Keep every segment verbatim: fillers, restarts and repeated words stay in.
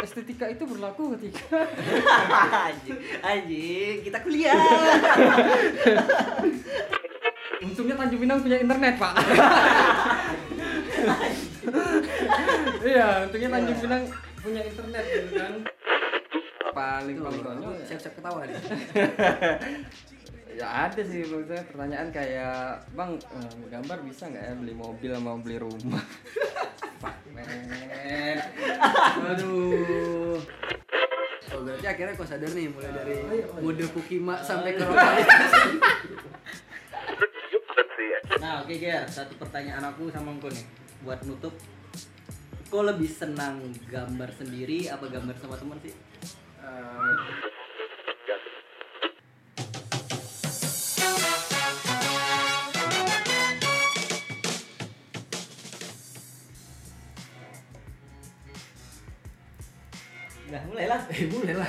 estetika itu berlaku ketika anjing, anjing, kita kuliah. Untungnya Tanjung Pinang punya internet, Pak. Iya, untungnya Tanjung Pinang punya internet gitu kan. Paling paling konyol siap-siap ketawa nih. Ya ada sih maksudnya pertanyaan kayak, "Bang, eh, gambar bisa nggak ya beli mobil sama beli rumah?" Pak, men. Aduh. Oh, berarti akhirnya kau sadar nih mulai dari mode Pukima sampai ke Rokai. Nah, oke okay, Ger, satu pertanyaan aku sama engkau nih buat nutup. Kau lebih senang gambar sendiri apa gambar sama teman sih? Uh, Nah, mulailah. Eh, mulai lah.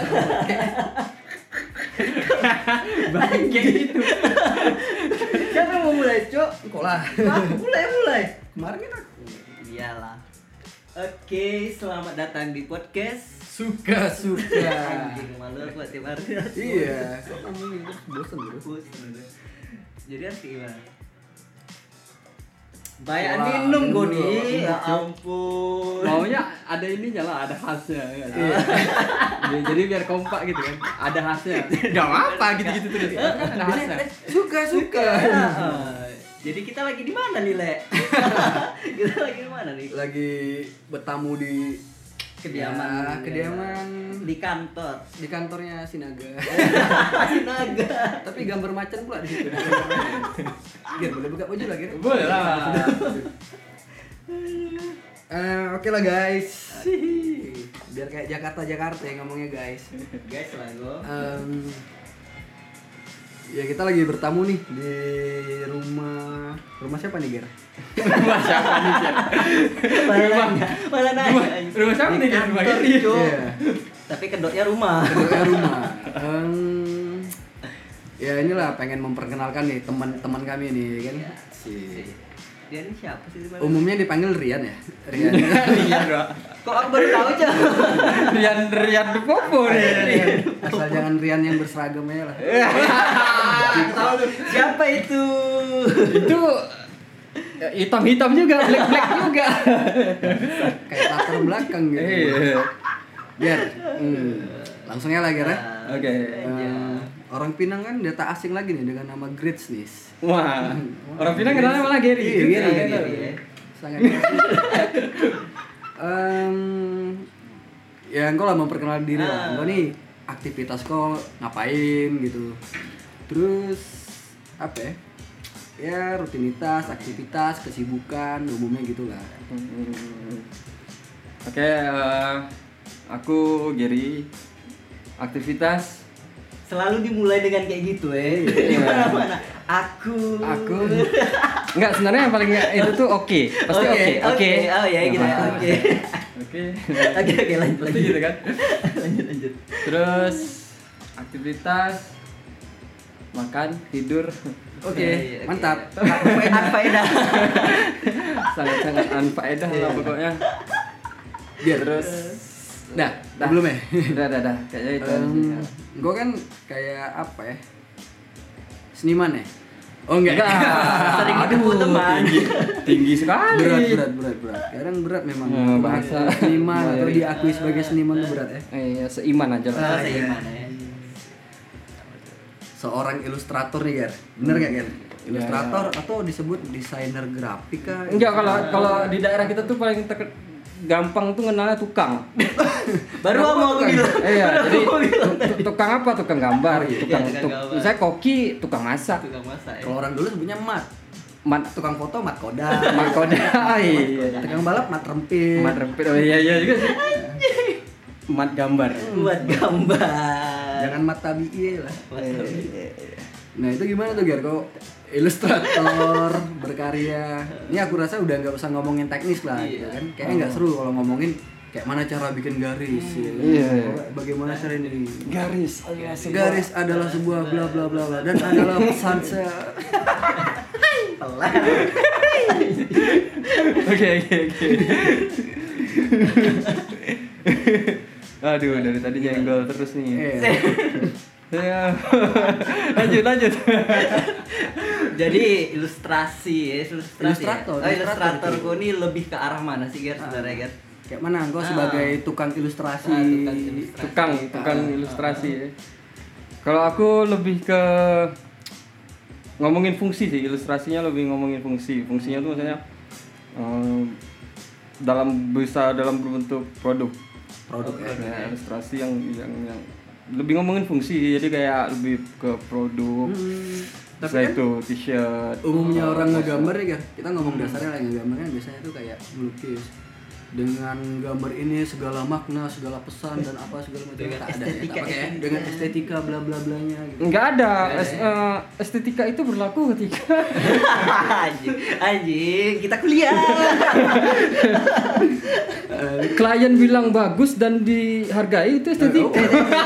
Baik kayak gitu. Siapa yang mau mulai, Cok? Kok lah. Ah, mulai, mulai. Kemarin kan aku. Iyalah. Oke, selamat datang di podcast. Suka-suka. Anjing, malu aku tiap hari. Iya, kok ngomongin terus bosan gitu. Bosan udah. Jadi harus gimana? Banyak Wah, minum gue minum nih. dulu. Ya ampun. maunya ada ininya lah, ada khasnya ya. Ya, jadi biar kompak gitu kan. Ada khasnya. Enggak apa gitu-gitu terus. Kan ada khasnya. Suka-suka. Ah, Jadi kita lagi di mana nih, Le? Kita lagi di mana nih? Lagi bertamu di Kediaman. ya, kediaman Di kantor. di kantornya Sinaga. Sinaga. Tapi gambar macan pula di situ. Biar boleh buka baju lagi. Boleh lah. Eh, oke lah guys. Biar kayak Jakarta-Jakarta ya ngomongnya guys. Guys lah gua. Em, ya kita lagi bertamu nih di rumah rumah siapa nih, Ger? Rumah siapa nih, Cer? Malah nanya. Malah nanya. Rumah siapa nih, Cer? Kantor, Iya. Cok. Iya. Tapi kedoknya rumah. Kedua rumah. Em, ya inilah pengen memperkenalkan nih teman-teman kami nih kan. Si Dia ini siapa sih sebenarnya? umumnya dipanggil Rian ya. Rian. Rian, Bro. Kok aku baru tahu aja? Rian Rian de Popo nih. Asal jangan Rian yang berseragam ya lah. Tahu tuh. Siapa itu? Itu ya, hitam-hitam juga, black-black juga. Kayak latar belakang gitu. Iya. Ger. Hmm. Langsung ya lah Ger ya. Oke. Eh, orang Pinang kan udah tak asing lagi nih dengan nama Grits nih. Wah, orang Pinang kenalnya malah Gary. Iya, Juga, Gary, gitu. Gary, ya. Sangat. Em, ya engkau lah memperkenalkan diri lah. Engkau nih aktivitas kau ngapain gitu. Terus apa ya? Ya rutinitas, aktivitas, kesibukan, umumnya gitulah. Hmm. Oke, eh, aku Gary. Aktivitas Selalu dimulai dengan kayak gitu eh. Di mana-mana. Aku. aku enggak, sebenarnya yang paling itu tuh oke. Pasti oke. Oke. Oh ya gitu ya. Nah, Oke. Oke. Oke oke lanjut Pasti lanjut. gitu kan. Lanjut lanjut. Terus aktivitas makan, tidur. Oke, Oke, oke. mantap. Anfaedah. Sangat-sangat anfaedah lah pokoknya. Biar Terus dah, dah. belum ya? Udah, udah, udah. Kayaknya itu. Um, gue kan kayak apa ya? Seniman ya? Oh enggak. Sering ketemu teman. Tinggi, tinggi sekali. berat berat berat berat. Kadang berat memang. Ya, bahasa seniman atau Iya. diakui sebagai seniman itu berat ya. Eh, ya, seiman aja lah. Ah, seiman ya. Seorang ilustrator nih Ger. Bener nggak Ger? Ilustrator atau disebut desainer grafik kah? Enggak, kalau kalau di daerah kita tuh paling ter- gampang tuh kenalnya tukang. Baru Kenapa mau tukang? bilang. Eh, ya, Baru jadi mau bilang. tu- tukang apa? Tukang gambar, Oh, iya. tukang, Iya, tukang tuk- gambar. misalnya koki, tukang masak, Tukang masak ya. Kalau orang dulu sebutnya mat. mat, Tukang foto mat koda. mat koda, iya, Tukang balap mat rempit. mat rempit, oh iya iya juga sih. Mat gambar. Buat gambar. Jangan mat tabi'i lah. Buat Eh, gambar. Nah itu gimana tuh Ger? Kok ilustrator berkarya? Ini aku rasa udah nggak usah ngomongin teknis lah, gitu Iya. kan? Kayaknya nggak seru kalau ngomongin kayak mana cara bikin garis, ya. Iya. Bagaimana cara ini? garis. Garis adalah sebuah bla bla bla bla dan adalah pesan se. Pelan. Oke oke oke. Aduh, dari tadi nyenggol terus nih. Iya. Ya. lanjut lanjut. Jadi ilustrasi ya, ilustrasi. Ilustrator, Ya? Oh, ilustrator ilustrator gue nih lebih ke arah mana sih, Ger, sebenarnya, Ger? Kayak mana engkau Ah. sebagai tukang ilustrasi? Ah, tukang ilustrasi. Tukang, tukang Ah. ilustrasi ya. Kalau aku lebih ke ngomongin fungsi sih, ilustrasinya lebih ngomongin fungsi. Fungsinya tuh maksudnya em, dalam bisa dalam berbentuk produk. Produk ya. Ya, ilustrasi yang yang yang lebih ngomongin fungsi, jadi kayak lebih ke produk. Hmm, tapi Bisa kan itu t-shirt. umumnya oh, orang apa, ngegambar ya kan, kita ngomong dasarnya lah, ngegambar kan biasanya tuh kayak melukis dengan gambar ini segala makna, segala pesan dan apa segala macam. Dengan Tak ada ya, estetika, tak pakai ya, estetika. dengan estetika bla bla blanya gitu. Enggak ada. Nggak ada Es- eh, estetika itu berlaku ketika anjing, anjing, kita kuliah. klien bilang bagus dan dihargai, itu estetika.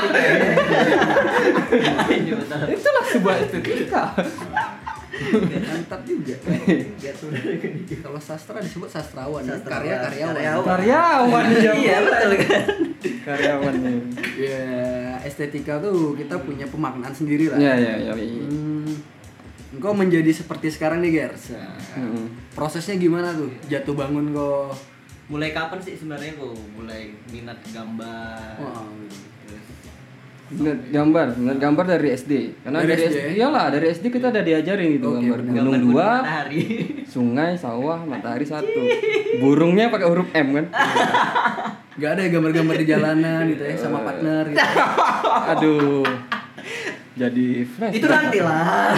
Anjing, betul. Itulah sebuah estetika. Mantap juga. Kalau sastra disebut sastrawan, ya. Sastrawan, karya karyawan. karyawan. Karyawan ya. Iya, betul kan? Karyawan nih. Ya, estetika tuh kita punya pemaknaan sendiri lah. Ya ya ya. Hmm, engkau menjadi seperti sekarang nih, Gers. Mm. Prosesnya gimana tuh? Jatuh bangun kok. Mulai kapan sih sebenarnya kok mulai minat gambar? Wow. Terus Minat gambar, minat gambar dari S D. Karena Dari dari, S D, S D, ya? iyalah dari S D kita udah diajarin gitu Oke, gambar. benar. Gunung gambar dua, matahari. sungai, sawah, matahari satu. Burungnya pakai huruf M kan? Gak ada ya gambar-gambar di jalanan gitu ya sama partner gitu. Aduh. Jadi flash. Itu nanti lah.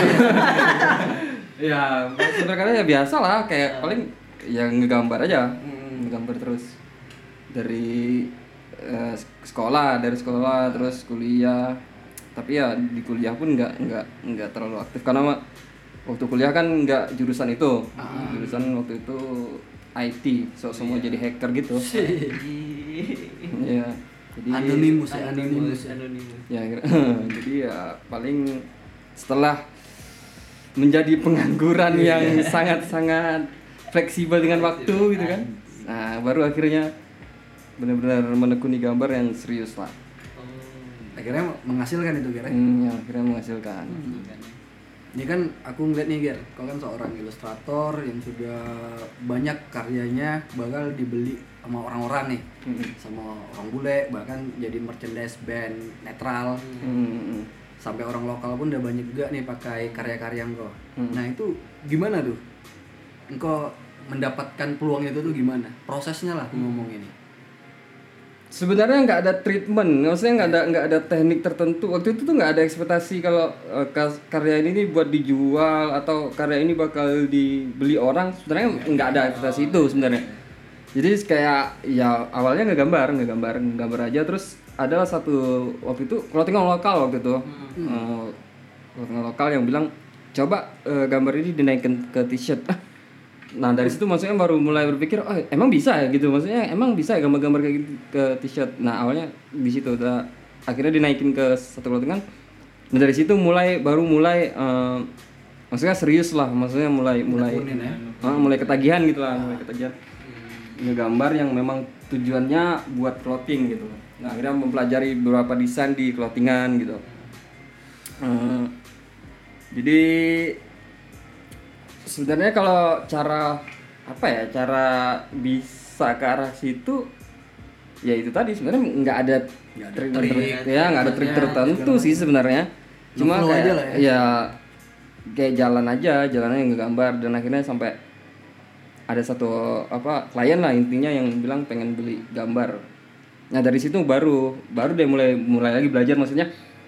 Ya, sebenarnya ya biasa lah, kayak paling yang ngegambar aja. Hmm. Ngegambar terus dari eh, sekolah, dari sekolah terus kuliah. Tapi ya di kuliah pun nggak nggak nggak terlalu aktif karena ma- waktu kuliah kan nggak jurusan itu. Jurusan waktu itu I T, so semua jadi hacker gitu. Ya. Jadi Anonimus ya, anonimus. Anonimus. ya akhirnya- jadi ya paling setelah menjadi pengangguran yang sangat-sangat fleksibel dengan waktu gitu kan, nah baru akhirnya benar-benar menekuni gambar yang serius lah. Oh. Akhirnya menghasilkan itu kira. Hmm, ya, akhirnya menghasilkan. Ini kan aku ngeliat nih Ger, kau kan seorang ilustrator yang sudah banyak karyanya bakal dibeli sama orang-orang nih, Hmm. sama orang bule, bahkan jadi merchandise band netral. Hmm. Sampai orang lokal pun udah banyak juga nih pakai karya-karya engkau. Hmm. Nah itu gimana tuh? Engkau mendapatkan peluang itu tuh gimana? Prosesnya lah aku ngomong ini. Sebenarnya nggak ada treatment, maksudnya nggak ada nggak ada teknik tertentu. Waktu itu tuh nggak ada ekspektasi kalau eh, kas- karya ini nih buat dijual atau karya ini bakal dibeli orang. Sebenarnya nggak ada ekspektasi itu sebenarnya. Jadi kayak ya awalnya nggak gambar, nggak gambar, gambar aja. Terus adalah satu waktu itu clothing lokal waktu itu, Eh, clothing lokal yang bilang coba eh, gambar ini dinaikkan ke t-shirt. Nah dari situ maksudnya baru mulai berpikir, oh emang bisa ya gitu, maksudnya emang bisa ya gambar-gambar kayak gitu ke t-shirt. Nah awalnya di situ udah akhirnya dinaikin ke satu clothingan. Nah dari situ mulai baru mulai eh, maksudnya serius lah, maksudnya mulai mulai Nekunin ya. ah, mulai ketagihan gitu lah, mulai ketagihan ngegambar yang memang tujuannya buat clothing gitu. Nah akhirnya mempelajari beberapa desain di clothingan gitu. Eh, jadi sebenarnya kalau cara apa ya, cara bisa ke arah situ ya itu tadi sebenarnya nggak ada Nggak ada trik, trik, trik- ya nggak ada trik ya, tertentu segala sih sebenarnya. Cuma Nge-flow kayak aja lah ya. ya kayak jalan aja, jalannya yang ngegambar dan akhirnya sampai ada satu apa klien lah intinya yang bilang pengen beli gambar. Nah dari situ baru baru dia mulai mulai lagi belajar, maksudnya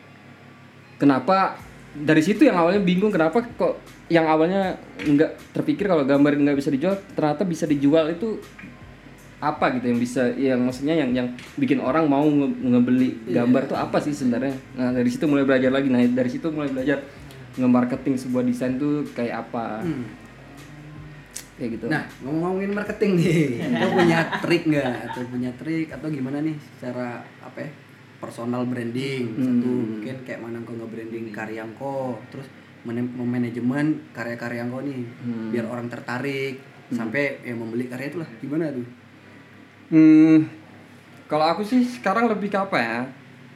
kenapa dari situ yang awalnya bingung kenapa kok yang awalnya nggak terpikir kalau gambar nggak bisa dijual ternyata bisa dijual, itu apa gitu yang bisa yang maksudnya yang yang bikin orang mau nge- ngebeli gambar tuh apa sih sebenarnya. Nah dari situ mulai belajar lagi, nah dari situ mulai belajar nge-marketing sebuah desain tuh kayak apa. Hmm. Kayak gitu. Nah ngomong-ngomongin marketing nih, engkau punya trik nggak? Atau punya trik atau gimana nih secara apa ya? Personal branding satu, Hmm. mungkin kayak mana engkau nge-branding karya engkau, terus men- memanajemen karya-karya engkau nih Hmm. biar orang tertarik sampai yang membeli karya itu lah, gimana tuh? Hmm, Kalau aku sih sekarang lebih ke apa ya?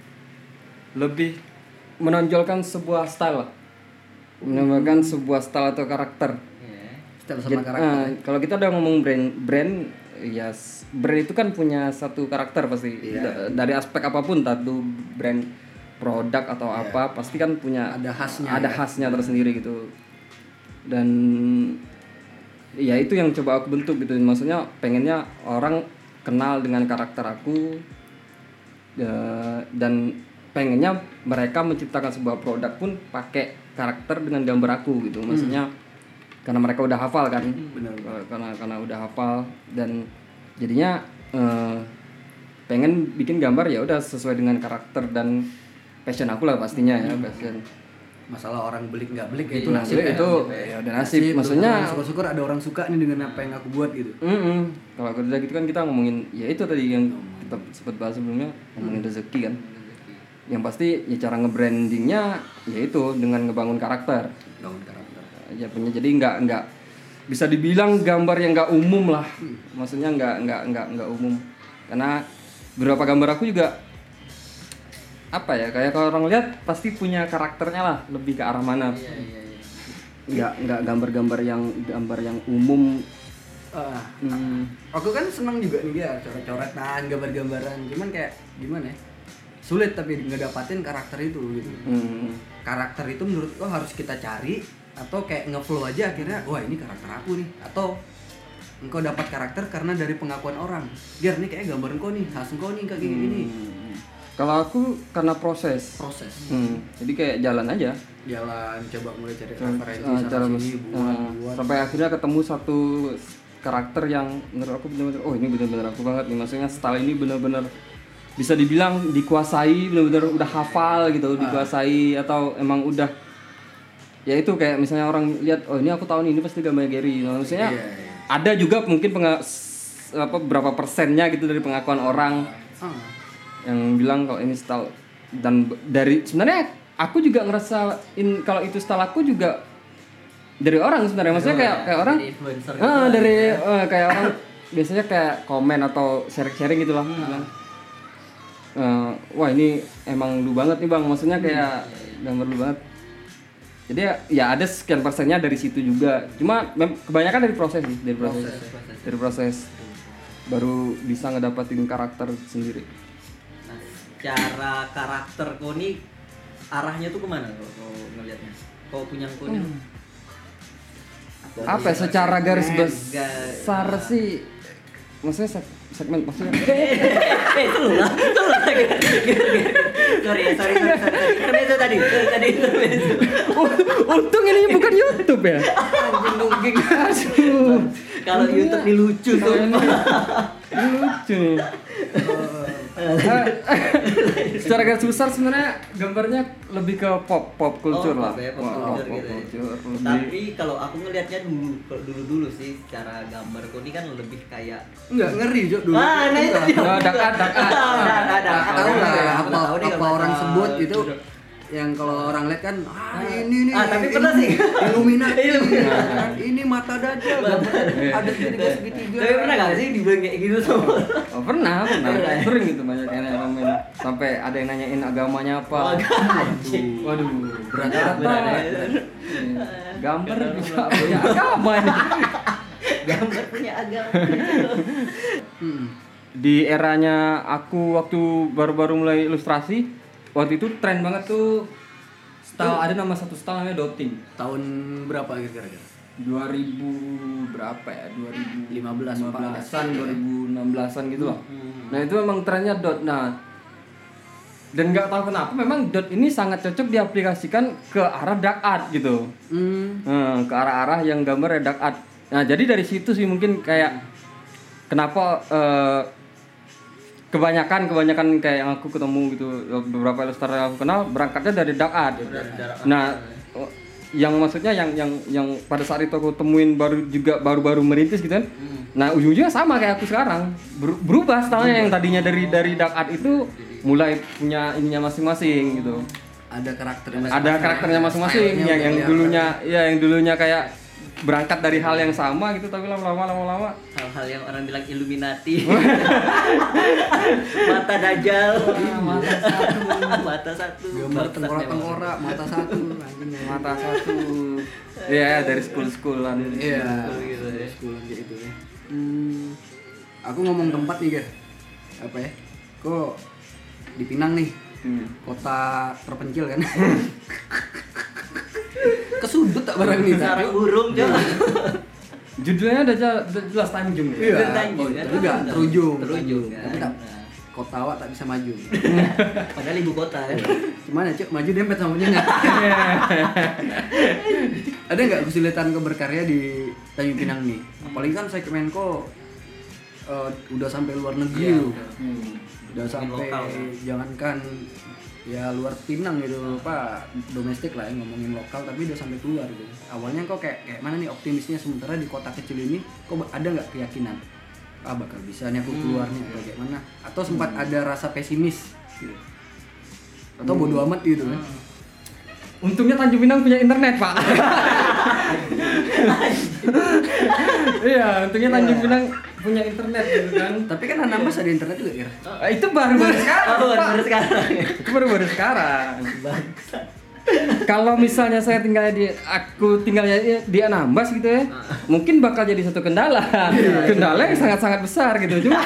Lebih menonjolkan sebuah style lah. Menambahkan sebuah style atau karakter. Iya. Style sama Jadi, karakter. eh, kalau kita udah ngomong brand, brand ya s- brand itu kan punya satu karakter pasti. Iya. Da- Dari aspek apapun, tatu brand produk atau apa pasti kan punya Ada khasnya, ada ya. khasnya tersendiri gitu. Dan ya itu yang coba aku bentuk gitu. Maksudnya pengennya orang kenal dengan karakter aku ya, dan pengennya mereka menciptakan sebuah produk pun pakai karakter dengan gambar aku gitu. Maksudnya karena mereka udah hafal kan. Benar. Karena karena udah hafal dan jadinya eh, pengen bikin gambar ya udah sesuai dengan karakter dan passion aku lah pastinya ya, passion. Masalah orang beli nggak beli itu Nah, nasib itu, ya. itu ya udah nasib. Maksudnya syukur-syukur ada orang suka nih dengan apa yang aku buat gitu. mm kalau kerja gitu kan kita ngomongin ya itu tadi yang kita sempat bahas sebelumnya, ngomongin rezeki kan. Yang pasti ya cara nge-brandingnya ya itu dengan ngebangun karakter. Bangun karakter. Ya punya jadi nggak nggak bisa dibilang gambar yang nggak umum lah. Maksudnya nggak nggak nggak nggak umum. Karena beberapa gambar aku juga apa ya kayak kalau orang lihat pasti punya karakternya lah, lebih ke arah mana. Iya, iya, iya. Nggak nggak gambar-gambar yang gambar yang umum. Ah, Hmm. aku kan seneng juga nih ya coret-coretan, gambar-gambaran. Cuman kayak gimana ya? Sulit tapi ngedapatin karakter itu gitu. Hmm. Karakter itu menurutku harus kita cari atau kayak ngeflow aja akhirnya wah ini karakter aku nih atau engkau dapat karakter karena dari pengakuan orang. Biar nih kayak gambar engkau nih, khas engkau nih kayak gini-gini. Hmm. Kalau aku karena proses. Proses. Hmm. Jadi kayak jalan aja. Jalan coba mulai cari Cara- referensi uh, sana cara sini bes- buat uh, buat. sampai akhirnya ketemu satu karakter yang menurut aku benar-benar oh ini benar-benar aku banget nih, maksudnya style ini benar-benar bisa dibilang dikuasai, benar-benar udah hafal gitu, dikuasai atau emang udah ya itu kayak misalnya orang lihat oh ini aku tahu nih ini pasti gambar Gary. Nah, maksudnya Iya, iya. ada juga mungkin penga- s- apa berapa persennya gitu dari pengakuan orang Ah. yang bilang kalau ini style dan b- dari sebenarnya aku juga ngerasain kalau itu style aku juga dari orang sebenarnya, maksudnya kayak kayak orang Jadi influencer ah gitu dari lah, ya. eh, kayak orang biasanya kayak komen atau sharing-sharing gitu lah bilang eh, wah ini emang lu banget nih bang, maksudnya kayak gambar lu banget. Jadi ya, ya ada sekian persennya dari situ juga, cuma mem- kebanyakan dari proses sih, dari proses, Proses, proses. dari proses baru bisa ngedapatin karakter sendiri. Nah, cara karakter kau nih arahnya tuh kemana kalau kau ngelihatnya? Kau punya kau nih? Apa ya, secara garis Ga- besar sih maksudnya seg- segmen maksudnya Eh, itu lu lah, itu lu lah. Sorry, ya, sorry, sorry, sorry. Intermezzo tadi, tadi intermezzo. untung ini bukan YouTube ya. Anjing nungging. Aduh. Kalau YouTube nih lucu tuh. Ini lucu nih. Eh, secara garis besar sebenarnya gambarnya lebih ke pop pop culture Oh, lah. pop ya, pop Wah, culture pop gitu ya. culture, lebih- Tapi kalau aku ngelihatnya dulu, kalau dulu-dulu sih cara gambar kau ini kan lebih kayak Enggak ngeri Jok dulu. Ah, nah itu dia. Nah, dakat, dakat. Nah, nah, nah. Tahu lah Udah apa tahu nih apa kalau orang bahasa- sebut gitu yang kalau orang lihat kan ah ini nih Ah, tapi pernah sih. Illuminati Illuminati. ini mata dajjal ada segitiga segitiga Tapi pernah gak sih dibilang kayak gitu sama orang? Oh, pernah, pernah. Pernah ya? Sering gitu banyak yang komen. Sampai ada yang nanyain agamanya Oh, apa. anjing. Waduh, berat Berat, berat. berat, ya. Gambar bisa punya agama ini. Gambar punya agama. Hmm. Di eranya aku waktu baru-baru mulai ilustrasi, waktu itu tren banget tuh style, ada nama satu style namanya dotting. Tahun berapa kira-kira? dua ribu berapa ya? dua ribu lima belas, lima belasan, dua ribu enam belasan gitu lah. Hmm. Nah, itu memang trennya dot. Nah, dan nggak tahu kenapa memang dot ini sangat cocok diaplikasikan ke arah dark art gitu. Hmm. Hmm, ke arah-arah yang gambar dark art. Nah, jadi dari situ sih mungkin kayak kenapa eh, kebanyakan kebanyakan kayak yang aku ketemu gitu, beberapa ilustrator yang aku kenal berangkatnya dari dark art. Nah, oh, yang maksudnya yang yang yang pada saat itu aku temuin baru juga baru-baru merintis gitu kan. Nah, ujung-ujungnya sama kayak aku sekarang. Ber- berubah stylenya yang tadinya dari dari dark art itu mulai punya ininya masing-masing gitu. Ada karakternya Ada karakternya masing-masing Stylenya yang yang udah dulunya ya yang dulunya kayak berangkat dari hal yang sama gitu, tapi lama-lama lama-lama hal-hal yang orang bilang Illuminati. Mata Dajjal. Mata satu, Mata satu. gambar tengkorak-tengkorak, mata satu, anjing. mata satu. Iya, dari school-schoolan. Iya, gitu ya. sekolah kayak gitu ya. Hmm, aku ngomong tempat nih, Ger. Apa ya? Kok di Pinang nih, Hmm. kota terpencil kan? Kesudut tak barang nih? Sarang burung Iya. coba. Judulnya udah jelas, udah jelas Tanjung ya. Iya. Dan Tanjung kan. Tapi nggak terujung. Terujung Tapi kan. tak, kota awak tak bisa maju. Padahal ibu kota kan. Gimana cuk, maju dempet sama nyengat. Ada nggak kesulitan kau berkarya di Tanjung Pinang nih? Apalagi kan saya Kemenko uh, udah sampai luar negeri Iya, loh. udah. Hmm. Udah sampai lokal, kan? jangankan ya luar Pinang gitu, Pak, domestik lah ya, ngomongin lokal, tapi udah sampai keluar gitu. Awalnya kok kayak kayak mana nih optimisnya, sementara di kota kecil ini kok ada nggak keyakinan ah bakal bisa nih aku keluar nih atau kayak mana, atau sempat ada rasa pesimis gitu, atau bodo amat gitu kan? Untungnya Tanjung Pinang punya internet, Pak. Iya, untungnya Tanjung Pinang punya internet gitu kan. Tapi kan Anambas ada internet juga ya? Ah, itu baru-baru sekarang. Oh, Pak. baru sekarang. Itu baru-baru sekarang. Bangsa. Kalau misalnya saya tinggalnya di aku tinggalnya di- di Anambas gitu ya, mungkin bakal jadi satu kendala. Kendala yang sangat-sangat besar gitu. Cuma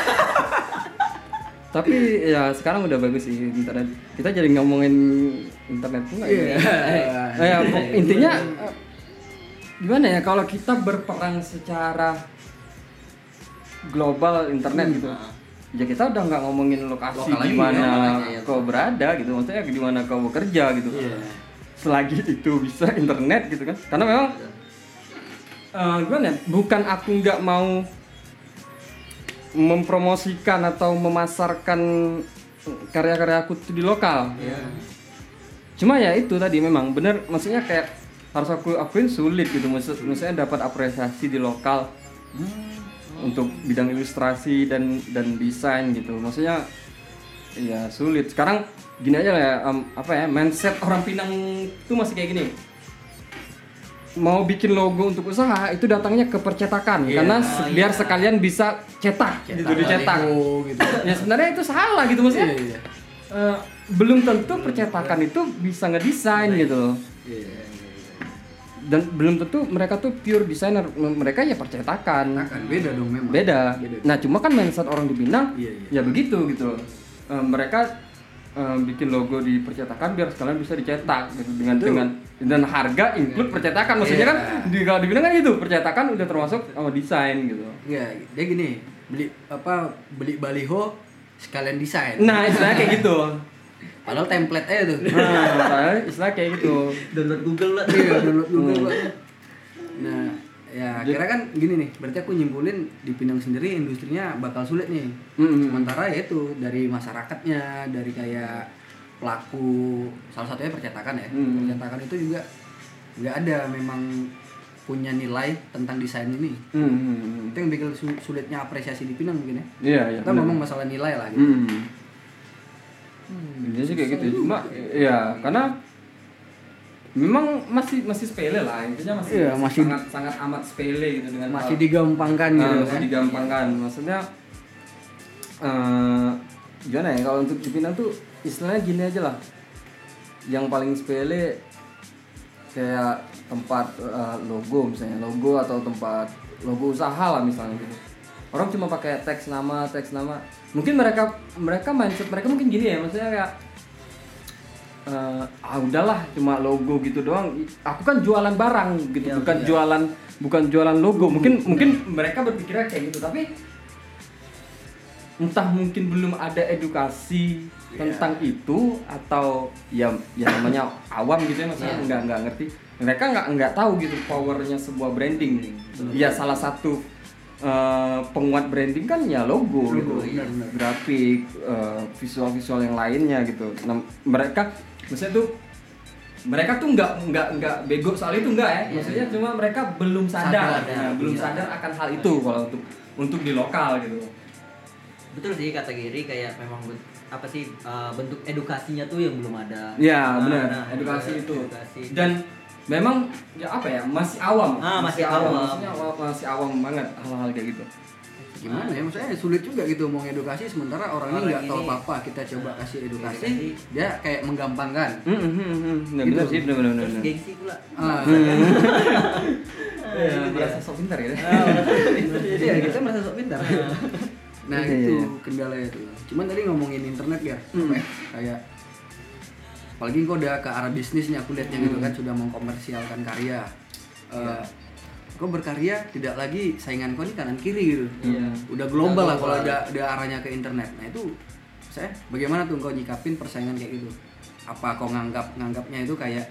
tapi ya sekarang udah bagus sih internet. Kita jadi ngomongin internet pun nggak Iya. ya? Ya, intinya eh, gimana ya kalau kita berperang secara global internet gitu. Ya kita udah nggak ngomongin lokasi Lokal lagi, di mana ya, makanya, ya. kau berada gitu. Maksudnya di mana kau bekerja gitu. Iya. Selagi itu bisa internet gitu kan. Karena memang eh, gimana ya? Bukan aku nggak mau mempromosikan atau memasarkan karya-karya aku tuh di lokal. Iya. Cuma ya itu tadi memang bener, maksudnya kayak harus aku akuin sulit gitu. Maksud, maksudnya dapat apresiasi di lokal untuk bidang ilustrasi dan dan desain gitu. Maksudnya ya sulit. Sekarang gini aja lah ya, em, apa ya, mindset orang Pinang tuh masih kayak gini. Mau bikin logo untuk usaha itu datangnya ke percetakan, Iya. karena Oh, se- biar iya. sekalian bisa cetak, gitu, dicetak. Oh, gitu. Ya sebenarnya itu salah gitu maksudnya. Iya, iya. Eh, belum tentu percetakan itu bisa ngedesain gitu loh. Iya. Dan belum tentu mereka tuh pure designer, M- mereka ya percetakan. Akan beda dong memang. Beda. Beda. Nah cuma kan mindset orang di Pinang Iya, iya. ya begitu gitu loh. Eh, mereka eh, bikin logo di percetakan biar sekalian bisa dicetak gitu dengan Betul. dengan dan harga include percetakan. Maksudnya Iya. kan di kalau di Pinang kan itu percetakan udah termasuk sama desain gitu. Iya, dia gini, beli apa beli baliho sekalian desain. Nah istilahnya kayak gitu. Padahal template aja tuh. Nah istilahnya kayak gitu. Download Google lah. Iya, download Google Hmm. Pak. Nah, ya kira kan gini nih, berarti aku nyimpulin di Pinang sendiri industrinya bakal sulit nih. Mm-mm. Sementara ya itu dari masyarakatnya, dari kayak pelaku, salah satunya percetakan ya. Hmm. Percetakan itu juga nggak ada memang punya nilai tentang desain ini. Hmm, hmm, hmm. Itu yang bikin su- sulitnya apresiasi di Pinang mungkin ya. Iya iya. Kita benar. ngomong masalah nilai lah gitu. Hmm. Intinya sih kayak gitu. Cuma ya karena memang masih masih sepele lah, intinya masih, Iya, masih- sangat sangat amat sepele gitu dengan Masih hal- digampangkan Nah, gitu masih kan. digampangkan. Maksudnya eh gimana ya kalau untuk di Pinang tuh istilahnya gini aja lah. Yang paling sepele kayak tempat eh, logo misalnya, logo atau tempat logo usaha lah misalnya gitu. Orang cuma pakai teks nama, teks nama. Mungkin mereka mereka mindset mereka mungkin gini ya, maksudnya kayak eh, ah udahlah cuma logo gitu doang. Aku kan jualan barang gitu, Iya, bukan iya. jualan bukan jualan logo. Mungkin mungkin mereka berpikirnya kayak gitu, tapi entah mungkin belum ada edukasi tentang itu atau ya ya namanya awam gitu ya, maksudnya Iya. nggak nggak ngerti. Mereka nggak nggak tahu gitu powernya sebuah branding. Ya salah satu eh, penguat branding kan ya logo, Logo, gitu, iya, benar. grafik, eh, visual-visual yang lainnya gitu. Nah, mereka maksudnya tuh mereka tuh nggak nggak nggak bego soal itu nggak ya, maksudnya cuma mereka belum sadar, Sadar, nah, ya. belum Iya. sadar akan hal itu kalau untuk untuk di lokal gitu. Betul sih kata Giri, kayak memang ben- apa sih uh, bentuk edukasinya tuh yang belum ada. Ya Nah, benar, nah, edukasi itu. edukasi. Dan memang ya apa ya masih awam. Ah, masih awam. Maksudnya awam- masih awam banget hal-hal kayak gitu. Gimana ya, maksudnya sulit juga gitu mau edukasi sementara orang, Orang ini nggak tahu ini- apa-apa. Kita coba kasih edukasi, edukasi. dia kayak menggampangkan. Hmm, hmm, hmm, hmm. Benar Gitu. sih, benar benar Terus benar. gengsi pula. Ah, Iya, merasa sok pintar ya. jadi ya kita merasa sok pintar. Nah Iya, itu iya. kendala itu. Cuman tadi ngomongin internet ya, Hmm. apa ya, kayak apalagi kok udah ke arah bisnisnya aku lihatnya gitu Hmm. kan sudah mengkomersialkan karya. Eh, kok berkarya tidak lagi saingan kau nih kanan kiri gitu. Iya. Udah global lah kalau global. udah udah arahnya ke internet. Nah itu saya bagaimana tuh kau nyikapin persaingan kayak gitu? Apa kau nganggap nganggapnya itu kayak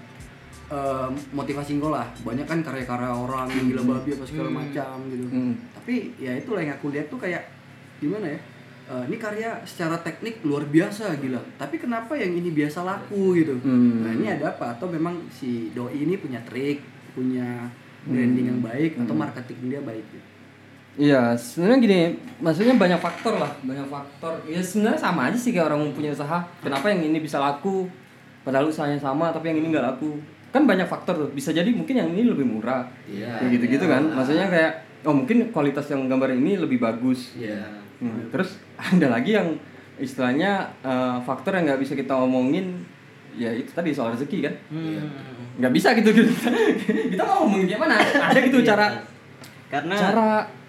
eh, motivasi kau lah? Banyak kan karya-karya orang yang gila babi apa segala Hmm. macam gitu. Hmm. Tapi ya itulah yang aku lihat tuh kayak gimana ya? Eh, ini karya secara teknik luar biasa gila. Tapi kenapa yang ini biasa laku gitu? Hmm. Nah ini ada apa? Atau memang si doi ini punya trik, punya branding yang baik atau marketing dia baik gitu? Iya, sebenarnya gini, maksudnya banyak faktor lah, banyak faktor. Ya sebenarnya sama aja sih kayak orang punya usaha. Kenapa yang ini bisa laku, padahal usahanya sama, tapi yang ini nggak laku? Kan banyak faktor tuh. Bisa jadi mungkin yang ini lebih murah, Iya, kayak gitu-gitu kan. Maksudnya kayak, oh mungkin kualitas yang gambar ini lebih bagus. Iya. Hmm, Terus ada lagi yang istilahnya eh, faktor yang nggak bisa kita omongin, ya itu tadi soal rezeki kan. Hmm. Nggak bisa gitu gitu. Kita mau ngomongin gimana? Ada gitu Iya, cara karena cara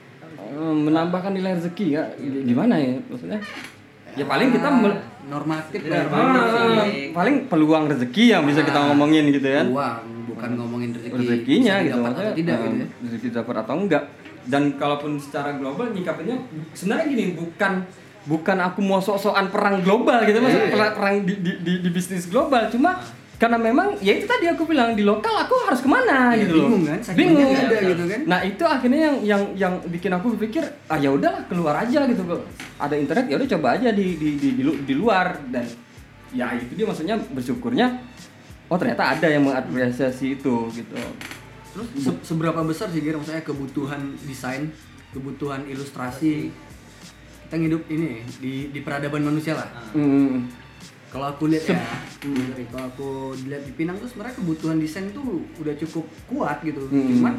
eh, menambahkan nilai rezeki ya gimana ya maksudnya ya paling kita mel- normatif Iya, lah. normatif. Ah, paling peluang rezeki yang bisa kita ngomongin gitu kan Uang, bukan ngomongin rezeki. rezekinya bisa gitu didapat maksudnya atau tidak eh, gitu ya. rezeki dapat atau enggak dan kalaupun secara global nyikapinnya sebenarnya gini bukan bukan aku mau sok-sokan perang global gitu maksudnya Iya. perang, perang di, di, di, di bisnis global cuma karena memang ya itu tadi aku bilang di lokal aku harus kemana Ya, gitu loh bingung kan, saking bingung banyak ada Iya, gitu kan. nah itu akhirnya yang yang yang bikin aku berpikir ah ya udahlah keluar aja gitu kok ada internet ya udah coba aja di di, di di lu- di luar dan ya itu dia maksudnya bersyukurnya oh ternyata ada yang mengapresiasi itu gitu. Terus se- seberapa besar sih kira maksudnya kebutuhan desain, kebutuhan ilustrasi kita hidup ini di di peradaban manusia lah. Hmm. Kalau aku lihat ya, sorry, kalau aku lihat di Pinang tuh sebenarnya kebutuhan desain tuh udah cukup kuat gitu. Hmm. Cuman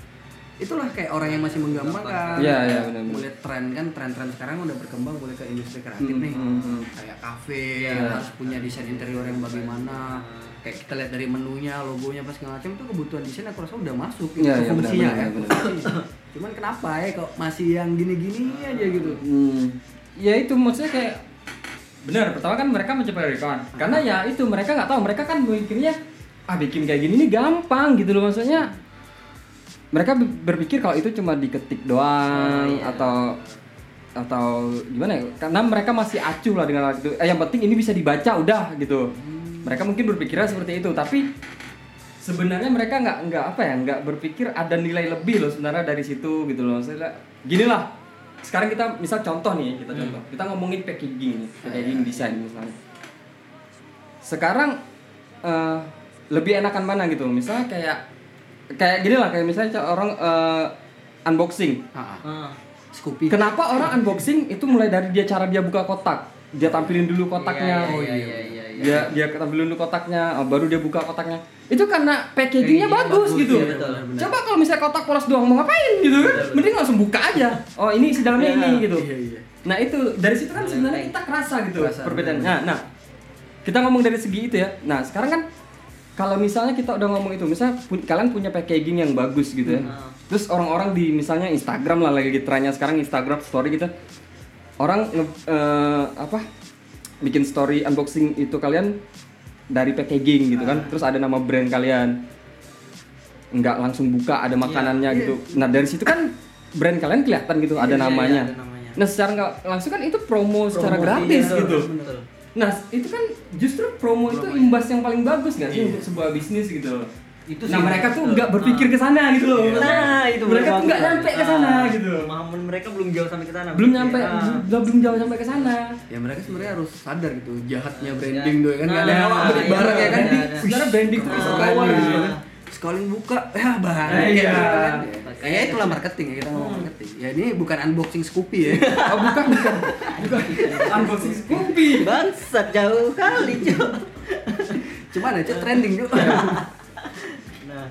itulah kayak orang yang masih menggambarkan. Iya, iya, benar-benar. Mulai tren kan, tren-tren sekarang udah berkembang mulai ke industri kreatif Hmm, nih. hmm, hmm. Kayak kafe Iya. yang harus punya desain interior yang bagaimana. Kayak kita lihat dari menunya, logonya apa segala macam itu kebutuhan desain aku rasa udah masuk gitu Iya, ke iya, fungsinya benar, ya. benar, Fungsinya. Cuman kenapa ya kok masih yang gini-gini aja gitu. Hmm. Ya itu maksudnya kayak benar pertama kan mereka mencoba rekan karena ya itu mereka nggak tahu mereka kan mikirnya ah bikin kayak gini nih gampang gitu loh maksudnya mereka be- berpikir kalau itu cuma diketik doang Oh, iya. atau atau gimana ya karena mereka masih acuh lah dengan hal itu eh, yang penting ini bisa dibaca udah gitu mereka mungkin berpikirnya seperti itu tapi sebenarnya mereka nggak nggak apa ya nggak berpikir ada nilai lebih loh sebenarnya dari situ gitu loh maksudnya gini lah sekarang kita misal contoh nih kita contoh kita ngomongin packaging nih packaging desain misalnya sekarang eh, lebih enakan mana gitu misalnya kayak kayak gini lah kayak misalnya orang eh, unboxing Ah, Ah. Scoopy. kenapa orang unboxing itu mulai dari dia cara dia buka kotak dia tampilin dulu kotaknya Iya, oh iya, iya, iya, iya, iya. dia dia tampilin dulu kotaknya oh, baru dia buka kotaknya itu karena packagingnya Packagingnya bagus, bagus, gitu iya, betul. coba kalau misalnya kotak polos doang mau ngapain gitu kan Betul, mending langsung buka aja oh ini isi dalamnya Iya, ini gitu Iya, iya. nah itu dari situ kan Mulai sebenarnya baik. kita kerasa gitu Kerasa, perbedaan benar. nah nah kita ngomong dari segi itu ya nah sekarang kan kalau misalnya kita udah ngomong itu misalnya pu- kalian punya packaging yang bagus gitu ya Hmm. terus orang-orang di misalnya Instagram lah lagi trennya sekarang Instagram story gitu orang nge- eh, apa bikin story unboxing itu kalian dari packaging gitu kan terus ada nama brand kalian nggak langsung buka ada makanannya Iya. gitu nah dari situ kan brand kalian kelihatan gitu ada Iya, namanya iya, ada namanya. nah secara nggak langsung kan itu promo secara Promosi, gratis iya, gitu Betul. nah itu kan justru promo itu imbas yang paling bagus nggak sih untuk sebuah bisnis gitu loh Itu nah sih, mereka tuh betul. nggak berpikir ke sana gitu loh Nah, itu mereka bener tuh nggak banget. nyampe ke sana Ah, gitu Pemahaman mereka belum jauh sampai ke sana. belum nyampe Ah. belum belum jauh sampai ke sana Ya mereka sebenarnya harus sadar gitu jahatnya Ya. branding tuh ya kan Nah, nggak ada nah, beli iya, barang ya kan iya, iya. sebenarnya branding tuh Keren bisa banget power gitu gitu kan. Sekali buka ya bahaya Nah, iya. gitu kan. Kayak itulah marketing ya kita ngomong marketing. Ya ini bukan unboxing Scoopy ya. oh bukan bukan bukan unboxing Scoopy Bangsat jauh kali, Cok. Cuman aja trending juga. Nah,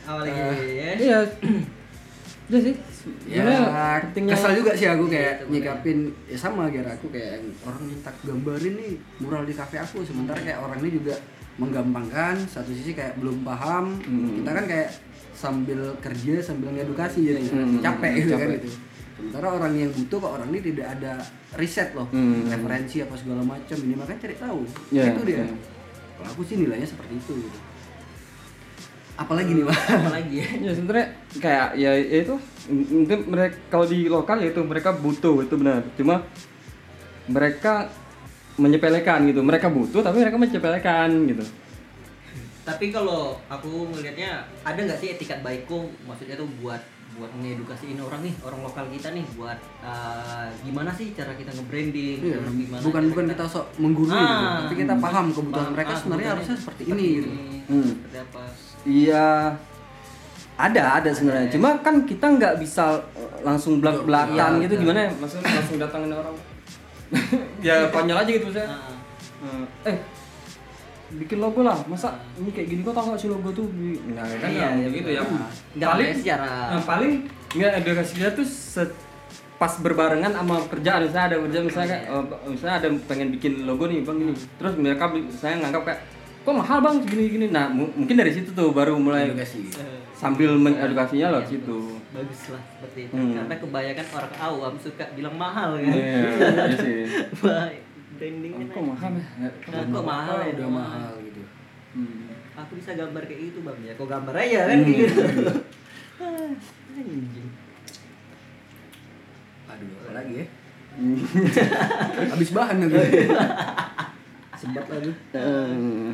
Apalagi ya. Iya. Udah sih. Ya, Sebenarnya pentingnya- kesal juga sih aku kayak Iya, nyikapin ya sama gara aku kayak orang minta gambarin nih mural di kafe aku, sementara kayak orang ini juga menggampangkan, satu sisi kayak belum paham, Hmm. kita kan kayak sambil kerja sambil ngedukasi jadi Hmm, capek gitu kan capek. gitu. Sementara orang yang butuh kok orang ini tidak ada riset loh, Hmm. referensi apa segala macam, ini makanya cari tahu. Ya, Itu dia. ya. Kalau aku sih nilainya seperti itu gitu. Apalagi nih, Pak? Apalagi ya. Ya sebenarnya kayak ya, ya itu mungkin mereka kalau di lokal ya itu mereka butuh itu benar. Cuma mereka menyepelekan gitu. Mereka butuh tapi mereka menyepelekan gitu. Tapi kalau aku ngelihatnya ada nggak sih etikat baikku, maksudnya tuh buat buat ngedukasiin orang nih, orang lokal kita nih, buat uh, gimana sih cara kita nge-branding, Iya, terus gimana bukan cara bukan kita sok menggurui gitu, Ah. tapi kita paham kebutuhan Paham, mereka ah, sebenarnya kebutuhannya harusnya seperti ini gitu. Hmm. Seperti apa? Iya, ada ada sebenarnya. Cuma kan kita nggak bisa langsung belak belakan Iya, gitu betul. gimana ya? Maksudnya langsung datangin orang. Ya konyol aja gitu saya. Ah. Eh bikin logo lah, masa ini kayak gini kok tau nggak sih logo tuh? Nah kan Iya, nggak iya, gitu betul. ya. Nggak Paling ada secara Nah, paling nggak edukasinya tuh set, pas berbarengan sama kerjaan. Misalnya ada kerja misalnya kayak, eh, misalnya ada pengen bikin logo nih bang ini, terus mereka bi- saya nganggap kayak kok mahal bang segini gini. Nah mu- mungkin dari situ tuh baru mulai Edukasi. sambil mengedukasinya loh Iya, situ. bagus lah seperti itu. Hmm. Karena kebanyakan orang awam suka bilang mahal kan. Iya, iya sih. Baik, brandingnya Kok mahal ya? Nah, kok mahal ya? Udah mahal gitu. Hmm. Aku bisa gambar kayak gitu bang ya, kok gambar aja kan gitu. Ah, anjing. Aduh, apa lagi ya? Habis bahan lagi. Sebat lagi. Hmm.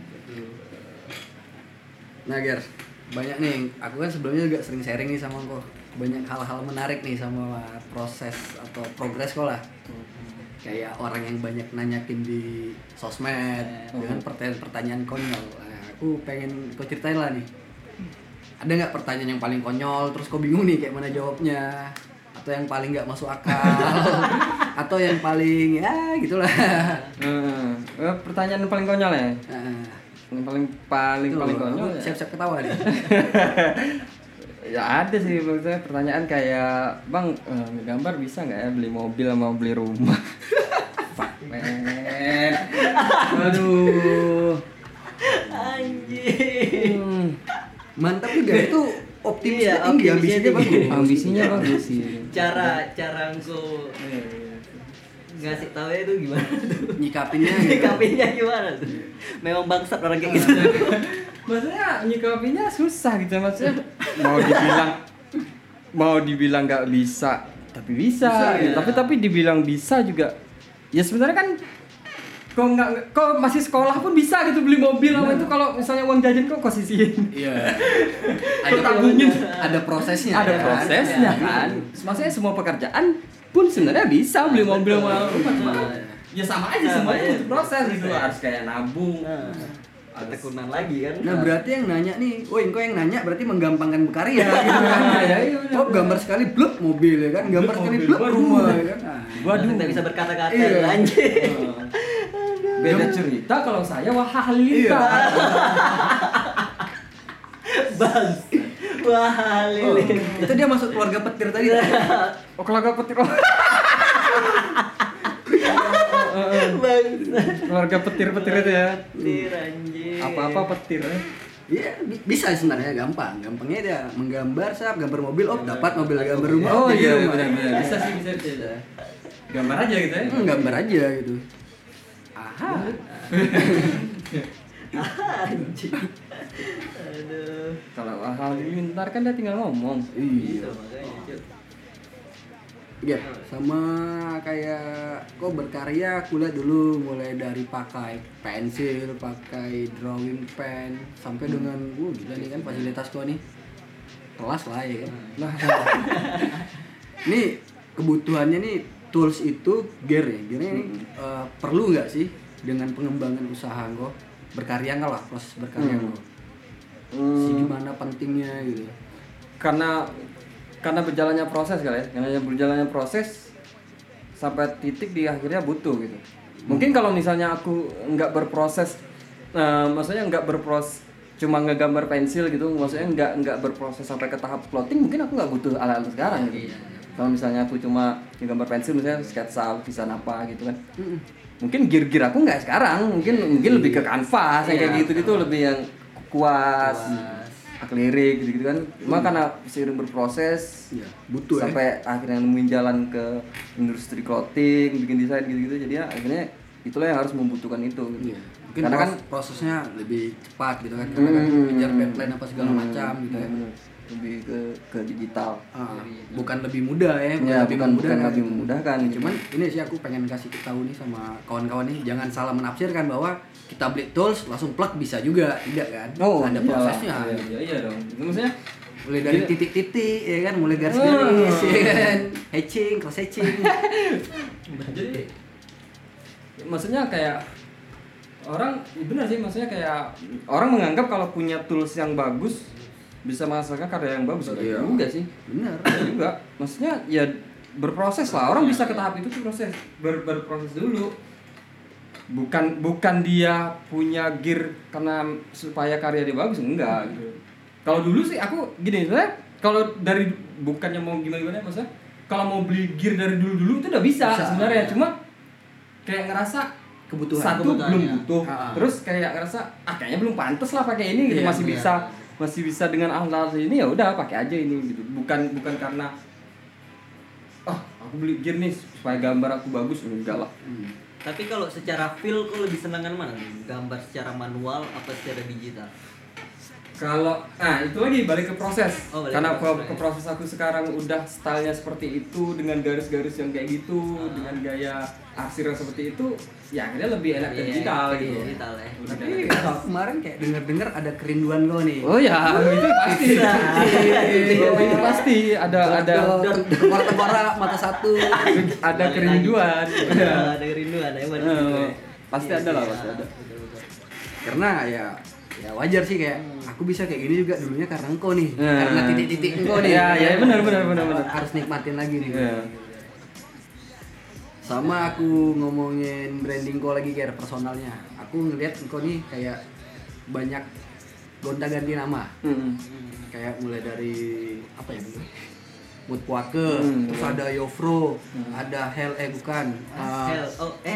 Nah, Ger, banyak nih. Aku kan sebelumnya juga sering sharing nih sama kok. Banyak hal-hal menarik nih sama proses atau progres kok lah. Kayak orang yang banyak nanyakin di sosmed dengan pertanyaan-pertanyaan konyol. Nah, aku pengen kau ceritain lah nih. Ada nggak pertanyaan yang paling konyol, terus kau bingung nih kayak mana jawabnya? Atau yang paling nggak masuk akal? Atau yang paling ya gitulah. Hmm. Eh, pertanyaan paling konyol ya? Nah, Yang paling paling Tuh, paling aku konyol ya? siap-siap ketawa nih. Ya ada sih maksudnya pertanyaan kayak bang eh, gambar bisa nggak ya beli mobil sama beli rumah? Fuck man. Aduh. Anjing. Hmm. Mantap juga itu optimisnya Iya, tinggi, optimisnya ambisinya tinggi. bagus. Ambisinya bagus sih. Cara cara engkau ngasih tahu itu gimana tuh? Nyikapinnya gitu. Nyikapinnya gimana tuh? Memang bangsat orang kayak gitu. Maksudnya nyikapinya susah gitu maksudnya. Mau dibilang mau dibilang nggak bisa tapi bisa, Bisa, gitu. ya. Tapi tapi dibilang bisa juga. Ya sebenarnya kan kok nggak kok masih sekolah pun bisa gitu beli mobil sama itu kalau misalnya uang jajan kok kau sisihin. Iya. Kau tabungin. Ada prosesnya. Ada kan? prosesnya kan. Maksudnya semua pekerjaan pun sebenarnya bisa beli mobil sama rumah cuma kan ya sama aja Sama semuanya aja. butuh proses gitu Proses. harus kayak nabung. Nah, ketekunan lagi kan. Nah berarti yang nanya nih, oh engkau yang nanya berarti menggampangkan berkarya gitu kan? Iya, iya, benar, Oh benar. gambar sekali blok mobil ya kan, gambar Blok sekali mobil, blok waduh. rumah ya kan? Nah, Waduh. Kita bisa berkata-kata Iya. anjing. Beda cerita kalau saya wah halilintar. Bang. Wah, oh, lilin. itu dia masuk keluarga petir tadi. Oh keluarga petir. Oh. Bang. Keluarga petir-petir itu ya. Tir anjing. Apa-apa petir ya. Iya bi- bisa sebenarnya gampang, gampangnya dia menggambar sap gambar mobil, oh dapat mobil gambar rumah. Oh jadi iya rumah. benar-benar. Bisa sih bisa bisa. Gambar aja gitu ya. Hmm, gambar aja gitu. Aha. Anjing. Aduh. Kalau halilintar kan dia tinggal ngomong. Iya. Itu makanya, Cuk. Iya, sama kayak kok berkarya aku lihat dulu mulai dari pakai pensil, pakai drawing pen sampai dengan uh gila nih kan fasilitas kau nih. Kelas lah ya kan. Nah, Nih kebutuhannya nih tools itu gear ya. Gearnya ini eh, perlu nggak sih dengan pengembangan usaha kau? Berkarya nggak lah proses berkarya Hmm. kau? hmm, Si gimana pentingnya gitu. karena karena berjalannya proses kali ya. Karena berjalannya proses sampai titik di akhirnya butuh gitu. Mungkin kalau misalnya aku nggak berproses, eh, maksudnya nggak berproses cuma ngegambar pensil gitu, maksudnya nggak nggak berproses sampai ke tahap plotting, mungkin aku nggak butuh alat-alat sekarang gitu. Iya, iya. Kalau misalnya aku cuma ngegambar pensil, misalnya sketsa lukisan apa gitu kan, mungkin gear-gear aku nggak sekarang, mungkin mungkin lebih ke kanvas yang Iya, kayak gitu-gitu, lebih yang kuas, Kuas. akrilik gitu-gitu kan. Cuma karena seiring berproses Iya, butuh ya. sampai akhirnya nemuin jalan ke industri clothing, bikin desain gitu-gitu, jadi ya akhirnya itulah yang harus membutuhkan itu gitu. Iya. Mungkin Karena kan pros- prosesnya lebih cepat gitu kan, karena kan Hmm. kejar deadline apa segala Hmm, macam gitu ya. bener-bener. Lebih ke ke digital. Ah, bukan lebih mudah ya, Ya, lebih bukan bukan memudahkan. lebih memudahkan. Cuman ini sih aku pengen kasih tahu nih sama kawan-kawan nih, jangan salah menafsirkan bahwa kita beli tools langsung plug bisa juga, tidak kan? Oh, ada iya. prosesnya. Iya, iya, iya dong. Itu maksudnya Mulai dari Gila. titik-titik ya kan, mulai garis-garis ya kan, hatching, cross hatching. jadi maksudnya kayak orang ya benar sih, maksudnya kayak orang menganggap kalau punya tools yang bagus bisa menghasilkan karya yang bagus. Iya. Juga sih. Benar. Enggak juga. Maksudnya ya berproses lah. Orang bisa ke tahap itu tuh proses ber, berproses dulu. Bukan bukan dia punya gear karena supaya karya dia bagus, enggak gitu. Kalau dulu sih aku gini, sebenarnya kalau dari bukannya mau gimana-gimana, maksudnya kalau mau beli gear dari dulu-dulu itu udah bisa, Bisa. sebenarnya. Cuma kayak ngerasa Kebutuhan. satu kebutuhannya. belum butuh, Ha-ha. terus kayak ngerasa ah kayaknya belum pantas lah pakai ini gitu, Iya, masih iya. bisa masih bisa dengan alat-alat ini, ya udah pakai aja ini gitu. Bukan bukan karena ah aku beli gear nih supaya gambar aku bagus, enggak lah. Hmm. Tapi kalau secara feel kok lebih senangan mana nih? Gambar secara manual apa secara digital? Kalau nah itu lagi balik ke proses. Oh, balik Karena ke ke, proses. ke proses aku sekarang udah stylenya seperti itu, dengan garis-garis yang kayak gitu, Ah. dengan gaya arsir yang seperti itu, ya akhirnya lebih enak ke Iya, digital iya, gitu. digital ya. Lebih Tapi enak. aku kemarin kayak denger-dengar ada kerinduan kau nih. Oh ya, itu pasti. itu pasti ada ada Tengkorak mata satu. ada Balik kerinduan. lagi. Iya. Ada kerinduan ya benar Eh, juga ya. pasti Iya, ada lah, iya, pasti ada. betul, betul. Karena ya ya wajar sih, kayak aku bisa kayak gini juga dulunya karena engkau nih. Nah. Karena titik-titik engkau nih. Iya, iya, benar, benar, benar, benar. Harus nikmatin lagi nih. Iya. Sama aku ngomongin branding kau lagi kayak personalnya. Aku ngeliat engkau nih kayak banyak gonta-ganti nama. Hmm. Kayak mulai dari apa ya dulu? Mood Puake, Hmm, terus iya. ada Yofro, ada Hell eh bukan. Uh, Hell, oh eh.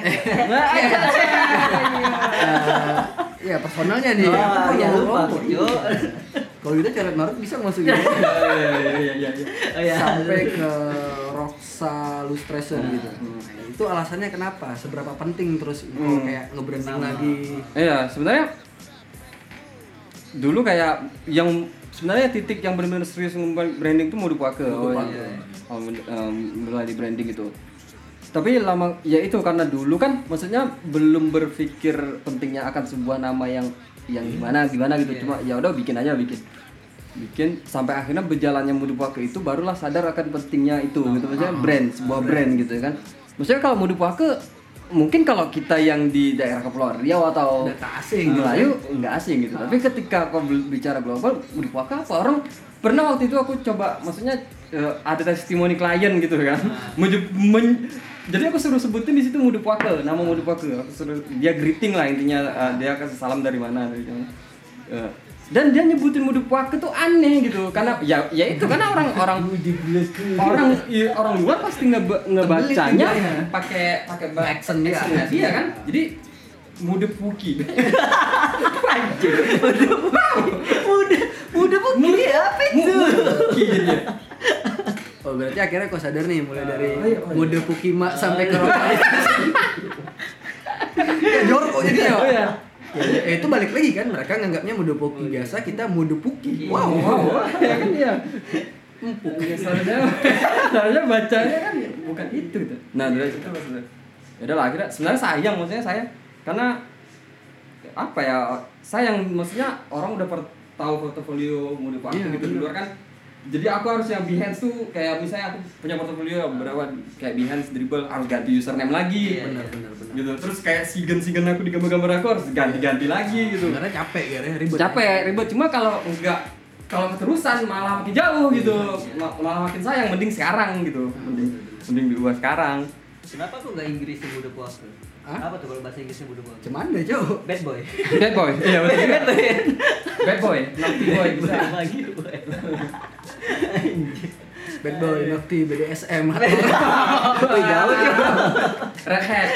uh, ya personalnya nih. Oh, Aku ya kalau lupa ngomong, aku, Jo. Kalau gitu Coret Marut bisa masukin. Iya, iya, iya, iya. Oh ya. Sampai ke Roxa Lustration Nah, gitu. Nah, itu alasannya kenapa? Seberapa penting terus engkau Hmm. kayak nge-branding Sama. lagi. Iya, sebenarnya dulu kayak yang sebenarnya titik yang benar-benar serius ngembang branding itu mau dipakai. Oh, Modu iya. Puake. Oh, men- em, mulai di branding itu. Tapi lama ya itu karena dulu kan maksudnya belum berpikir pentingnya akan sebuah nama yang yang gimana gimana gitu. Iya. Cuma ya udah bikin aja bikin. Bikin sampai akhirnya berjalannya Modu Puake itu barulah sadar akan pentingnya itu gitu. Maksudnya brand, sebuah brand gitu kan. Maksudnya kalau Modu Puake mungkin kalau kita yang di daerah Kepulauan Riau atau Udah tak asing gitu. Melayu nggak asing gitu. Tapi ketika kau bel- bicara global, Modu Puake apa? Orang pernah waktu itu aku coba, maksudnya eh, ada testimoni klien gitu kan. Menye- men- jadi aku suruh sebutin di situ Modu Puake, nama Modu Puake. Aku suruh dia greeting lah intinya, eh, dia kasih salam dari mana dari mana. Eh, dan dia nyebutin Modu Puake tuh aneh gitu, karena ya ya itu karena orang orang orang i- orang luar pasti ngeba- ngebacanya ya. pakai pakai ba- Accent dia. accentnya dia kan. Jadi Modu Puki. Udah, udah begini apa itu? Puki jadinya. Oh berarti akhirnya kau sadar nih mulai dari Oh, iya, oh, iya. mode Pukima sampai ke Roxa. Ya jorok jadi ya. Oh iya. Ya, itu balik lagi kan, mereka nganggapnya mode Puki biasa, kita mode Puki. Wow, wow, ya kan dia. Ya, seharusnya, seharusnya bacanya kan bukan itu gitu. Nah dari situ maksudnya. Ya udah lah, akhirnya sebenarnya sayang maksudnya saya karena apa ya, sayang maksudnya orang udah per, tahu portofolio Modu Puake Iya, gitu di bener. luar kan. Jadi aku harus yang Behance tuh kayak misalnya aku punya portofolio berapa kayak Behance Dribble harus ganti username lagi. Iya, Benar benar benar. Gitu. Terus kayak sigen-sigen aku di gambar-gambar aku harus ganti-ganti lagi gitu. Sebenarnya capek ya, ribet. Capek, ribet. Cuma kalau enggak, kalau keterusan malah makin jauh gitu. Ma- Malah makin sayang, mending sekarang gitu. Mending mending diubah sekarang. Kenapa kok nggak Inggris yang udah puasa? Hah? Apa tuh kalau bahasa Inggrisnya bodoh boy? Cuman deh, Cok. Bad boy. Bad boy. Iya betul. Bad boy. Bad boy, naughty boy bisa. Lagi boy. Bad boy, naughty, B D S M. Wih, jauh juga. Red hat.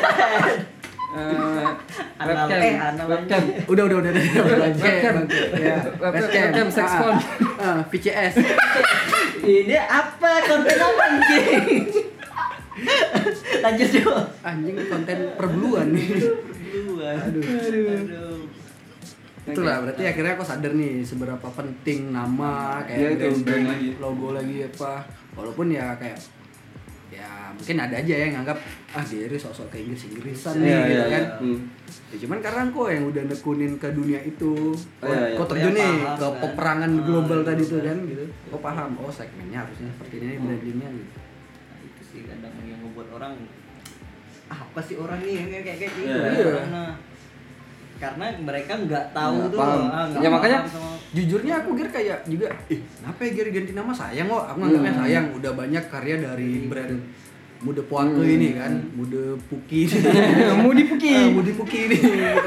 Eh, Anal, webcam, eh, anal. webcam. Udah, udah, udah, udah. Bangke, Webcam. bangke. Ya, Webcam, webcam, sex Ah, phone. ah, V C S. Ini apa konten apa anjing? Lanjut Jo. Anjing konten perbeluan nih. Duluan. Aduh. Aduh. Itulah berarti akhirnya aku sadar nih seberapa penting nama Ya, kayak itu, brand, brand lagi. logo lagi apa. Walaupun ya kayak ya mungkin ada aja yang nganggap ah Gary sosok ke Inggris-Inggrisan nih Iya, gitu iya, kan. iya. Hmm. Ya cuman karena kok yang udah nekunin ke dunia itu. Oh, iya, iya. Kok terjun Oh, ya, nih paham, ke kan. peperangan Ah, global iya, tadi tuh iya. kan gitu. Kok paham oh segmennya harusnya seperti ini brandingnya gitu. Nah, itu sih kadang yang membuat orang apa sih orang nih yang kayak kayak kayak gitu. Iya, iya. Karena karena mereka nggak tahu Nggak tuh. paham. ah, nggak Ya, makanya paham sama- Jujurnya aku Gir kayak juga ih kenapa ya Gir ganti nama sayang kok aku nganggapnya Hmm. sayang udah banyak karya dari brand Mude Poake Hmm. ini kan Mude Puki Mau dipuki. Ah, Mude Puki ini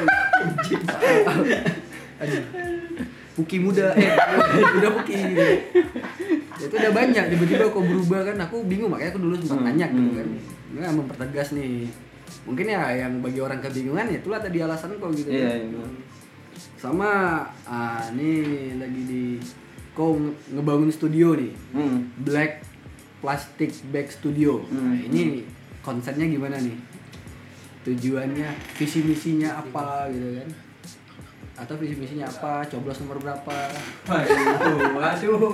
Aduh. Puki muda eh muda Puki gitu. Itu udah banyak tiba-tiba kok berubah kan aku bingung makanya aku dulu sempat Hmm. nanya gitu Hmm. kan ini kan mempertegas nih mungkin ya yang bagi orang kebingungan ya itulah tadi alasan kok gitu Iya, kan. iya. Sama ah nih lagi di kau nge- ngebangun studio nih Hmm. Black Plastic Bag Studio. Hmm. Nah, ini konsepnya gimana nih? Tujuannya, visi misinya apa gitu kan? Atau visi misinya apa? Coblos nomor berapa? Waduh, waduh.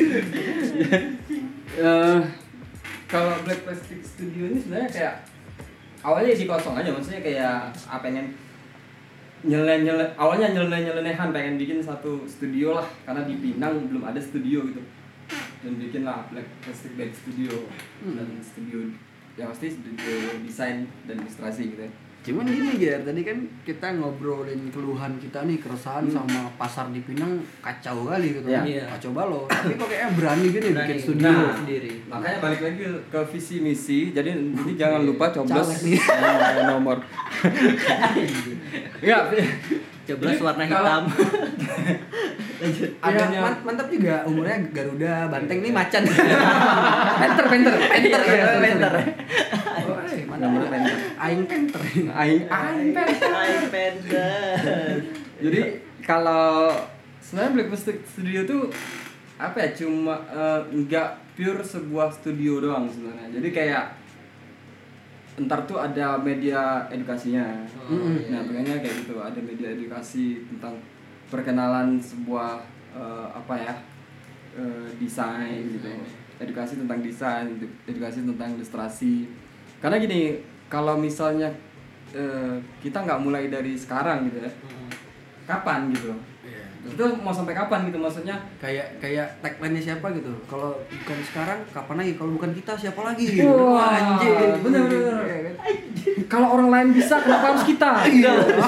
Eh, kalau Black Plastic Studio ini sebenarnya kayak awalnya di kosong aja, maksudnya kayak ah, pengen nyelen nyelen awalnya nyeleneh nyelenehan pengen bikin satu studio lah karena di Pinang belum ada studio gitu dan bikin lah Black Plastic Bag Studio dan studio yang pasti studio desain dan ilustrasi gitu ya. Cuman gini Ger, tadi kan kita ngobrolin keluhan kita nih keresahan Hmm. sama pasar di Pinang kacau kali gitu Ya. kan. Iya. Kacau balau. Tapi kok kayaknya berani gini Berani. bikin studio. Nah, sendiri. Makanya balik lagi ke visi misi. Jadi ini jangan lupa coblos Caleg nih. eh, nomor. Enggak. Coblos warna Kalau- hitam. Lanjut. Ada Adanya- man- mantap juga umurnya Garuda, Banteng nih macan. Penter, penter, penter, Iya, penter. Oh, eh, mantap. Nomor penter. Aing penter. Aing, aing penter. Aing penter. Jadi kalau sebenarnya Black Plastic Studio tuh apa ya cuma eh, nggak pure sebuah studio doang sebenarnya. Jadi kayak ntar tuh ada media edukasinya. Oh, Nah, iya. pengennya kayak gitu, ada media edukasi tentang perkenalan sebuah eh, apa ya eh, desain gitu, edukasi tentang desain, edu- edukasi tentang ilustrasi. Karena gini, kalau misalnya eh, kita nggak mulai dari sekarang gitu ya, Hmm. kapan gitu? Iya. Itu mau sampai kapan gitu maksudnya? Kayak kayak tagline-nya siapa gitu. Kalau bukan sekarang kapan lagi? Kalau bukan kita siapa lagi? Wah, anjing. bener, bener. Iya kan? Kalau orang lain bisa, kenapa harus kita? Iya.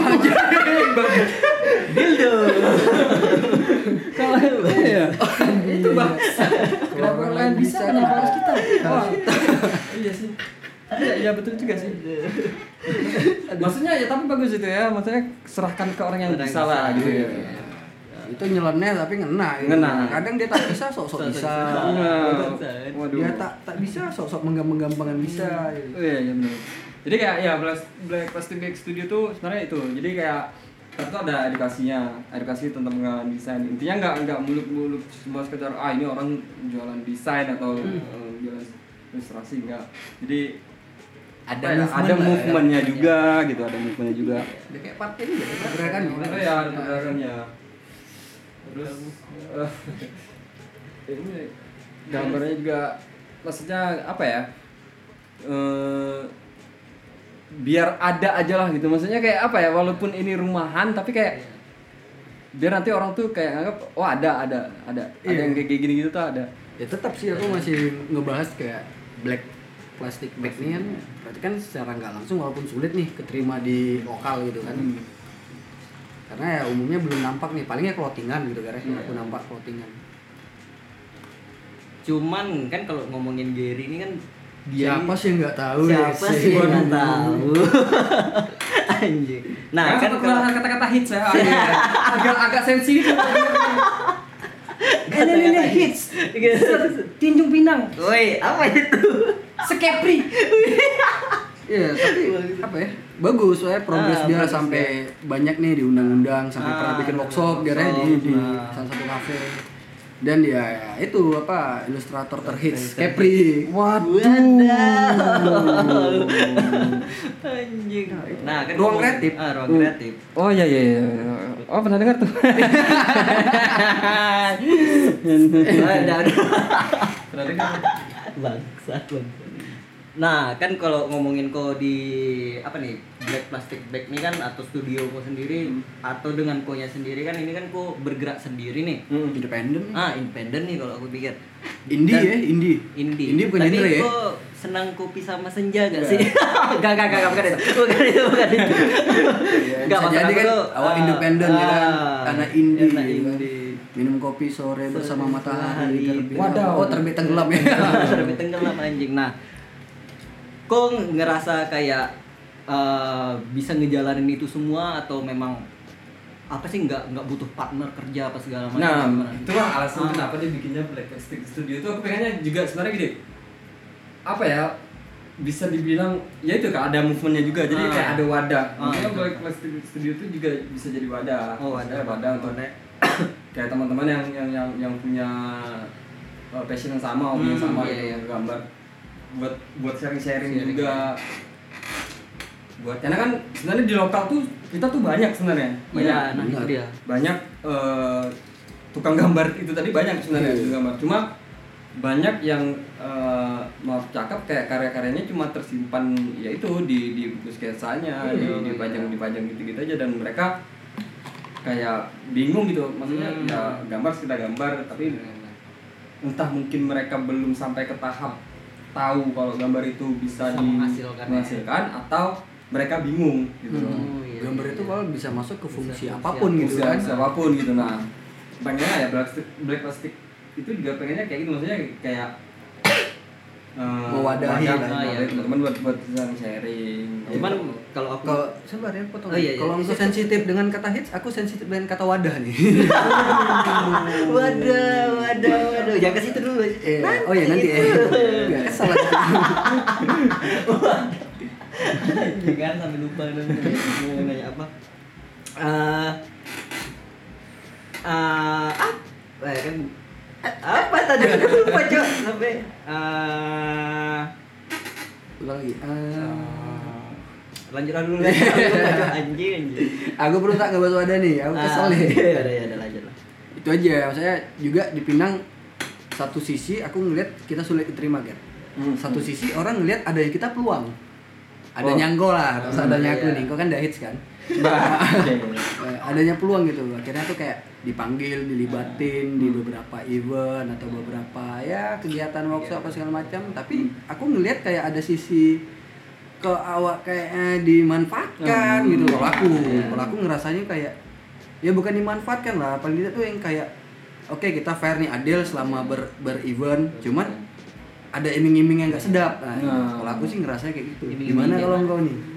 Dildo. Kalau iya, itu bang. Kenapa orang lain bisa, kenapa harus kita? Wah, iya sih. Iya, iya betul juga sih. Maksudnya ya tapi bagus itu ya, maksudnya serahkan ke orang yang Orang bisa yang lah bisa. gitu ya. Iya. Itu nyeleneh tapi ngena. gitu. Ngena. Kadang dia tak bisa sok-sok Sok-sok bisa. bisa. Nah, waduh. Dia tak tak bisa sok-sok menggam-menggampangan bisa. gitu. Oh, iya, iya benar. Jadi kayak ya Black Black Plastic Bag Studio tuh sebenarnya itu. Jadi kayak itu ada edukasinya, edukasi tentang pengenalan desain. Intinya nggak nggak muluk-muluk semua sekedar ah ini orang jualan desain atau eh, jualan ilustrasi enggak. Jadi Ada apa ya, movement ada lah ya. movementnya juga gitu, ada movementnya juga. Dia kayak partai juga ada pergerakan. Oh ya, ada pergerakannya. Terus eh, ini gambarnya juga maksudnya apa ya? Eh biar ada aja lah gitu. Maksudnya kayak apa ya? Walaupun ini rumahan tapi kayak biar nanti orang tuh kayak nganggap oh ada ada ada ada Iya. yang kayak gini gitu tuh ada. Ya tetap sih aku masih ngebahas kayak black plastic bag ini kan berarti kan secara nggak langsung walaupun sulit nih keterima di lokal gitu kan. Hmm. Karena ya umumnya belum nampak nih, palingnya clothingan gitu kan ya. Hmm. Aku nampak clothingan. Cuman kan kalau ngomongin Gary ini kan dia Siapa sih yang nggak tahu ya siapa sih yang nggak tahu anjing. Nah, Nah, kan kan kalau kata-kata hits ya agak agak, agak sensi gitu. ini ini hits Tinjung Pinang, woi apa itu Skepri. Iya, tapi apa ya? Bagus soalnya progres Ah, dia progres sampai banyak nih diundang-undang sampai Ah, pernah bikin workshop workshop, dia di, di nah. salah satu kafe. Dan dia ya, itu apa ilustrator terhits Kepri. Waduh. Anjing. Nah, kan Ruang ngomong- kreatif. Ah, ruang kreatif. Oh iya iya iya. Oh pernah dengar tuh. Ah, udah, udah. Pernah dengar. Bangsat, bangsat. Nah, kan kalau ngomongin kok di apa nih Black Plastic Bag nih kan atau studio kok sendiri Hmm. atau dengan konya sendiri kan ini kan kok bergerak sendiri nih. Independen. Ah, independen nih kalau aku pikir. Indie Dan- ya, indie. Indie. Indie bukan Tapi genre ya. kok senang kopi sama senja gak Enggak. sih? Gak, gak, gak, gak, bukan itu. Bukan itu, bukan itu. Ya, Nggak, bisa maksud jadi aku kan tuh, awal ah, independen ya kan, ah, karena indie, karena gitu kan. indie. Minum kopi sore bersama Sore, matahari matahari. terbit. Wadaw. Oh terbit tenggelam ya. Terbit tenggelam anjing. Nah, kok ngerasa kayak eh, bisa ngejalanin itu semua atau memang apa sih nggak nggak butuh partner kerja apa segala macam? Nah, Gimana? itulah alasan Ah. kenapa dia bikinnya Black Plastic Studio itu. Aku pengennya juga sebenarnya gini. Apa ya? Bisa dibilang ya itu kan ada movementnya juga. Jadi Ah. kayak ada wadah. Ah, Maksudnya itu. Black Plastic Studio itu juga bisa jadi wadah. Oh, wadah. Maksudnya wadah untuk Wadah. kayak teman-teman yang yang yang yang punya uh, passion yang sama, hobi yang Hmm, sama iya, gitu, iya. gambar. Buat buat sharing-sharing Sharing, juga. Buat karena kan sebenarnya di lokal tuh kita tuh banyak sebenarnya. Banyak. Iya, nah itu benar. dia. banyak eh, tukang gambar itu tadi banyak sebenarnya Iya. tukang gambar cuma banyak yang eh, maaf cakap kayak karya-karyanya cuma tersimpan ya itu di di buku sketsanya di Iya, dipajang iya. dipajang gitu-gitu aja dan mereka kayak bingung gitu maksudnya Hmm. ya gambar sekedar gambar tapi entah mungkin mereka belum sampai ke tahap tahu kalau gambar itu bisa, Bisa di- menghasilkan, ya. menghasilkan atau mereka bingung gitu loh. Oh, iya, Gambar iya, itu iya. kalau bisa masuk ke fungsi Bisa fungsi apapun apapun. gitu Usia- kan. usia apapun gitu. Nah pengennya ya black plastic, black plastic itu juga pengennya kayak gitu maksudnya kayak eh, Mewadahi wadah, lah. Ah, iya, wadah teman-teman buat buat sharing sharing Cuman kalau aku Kalau sabar ya potong. Oh, iya, iya. Kalau engkau sensitif dengan kata hits, aku sensitif dengan kata wadah nih. wadah, wadah, wadah. Jangan ke situ dulu. Eh, oh iya nanti ya. Enggak kesal lagi. Jangan sampai lupa dong mau nanya apa. Eh eh apa ya kan eh, apa tadi aku lupa Cok sampai eh Ulang lagi. Ah. lanjut dulu kan lupa Cok anjing anjing. Aku perlu tak ngebahas wadah nih. Aku kesel nih. Ya udah ya udah lanjut lah. Itu aja. Maksudnya juga di Pinang satu sisi aku ngelihat kita sulit diterima kan. Hmm. Satu sisi orang ngelihat ada kita peluang. Ada Oh. nyanggo lah, terus Hmm, adanya iya. aku nih, kau kan udah hits kan. Bah, Eh, adanya peluang gitu, akhirnya tuh kayak dipanggil, dilibatin di Hmm. beberapa event atau beberapa ya kegiatan workshop apa segala macam. Tapi aku ngelihat kayak ada sisi ke awak kayak dimanfaatkan Hmm. gitu kalau aku. Iya. Kalau aku ngerasanya kayak ya bukan dimanfaatkan lah, paling tidak tuh yang kayak oke kita fair nih adil selama ber berevent, cuman ada iming-iming yang nggak sedap. Nah, Nah. kalau aku sih ngerasanya kayak gitu. Iming-iming Gimana kalau gimana? engkau nih?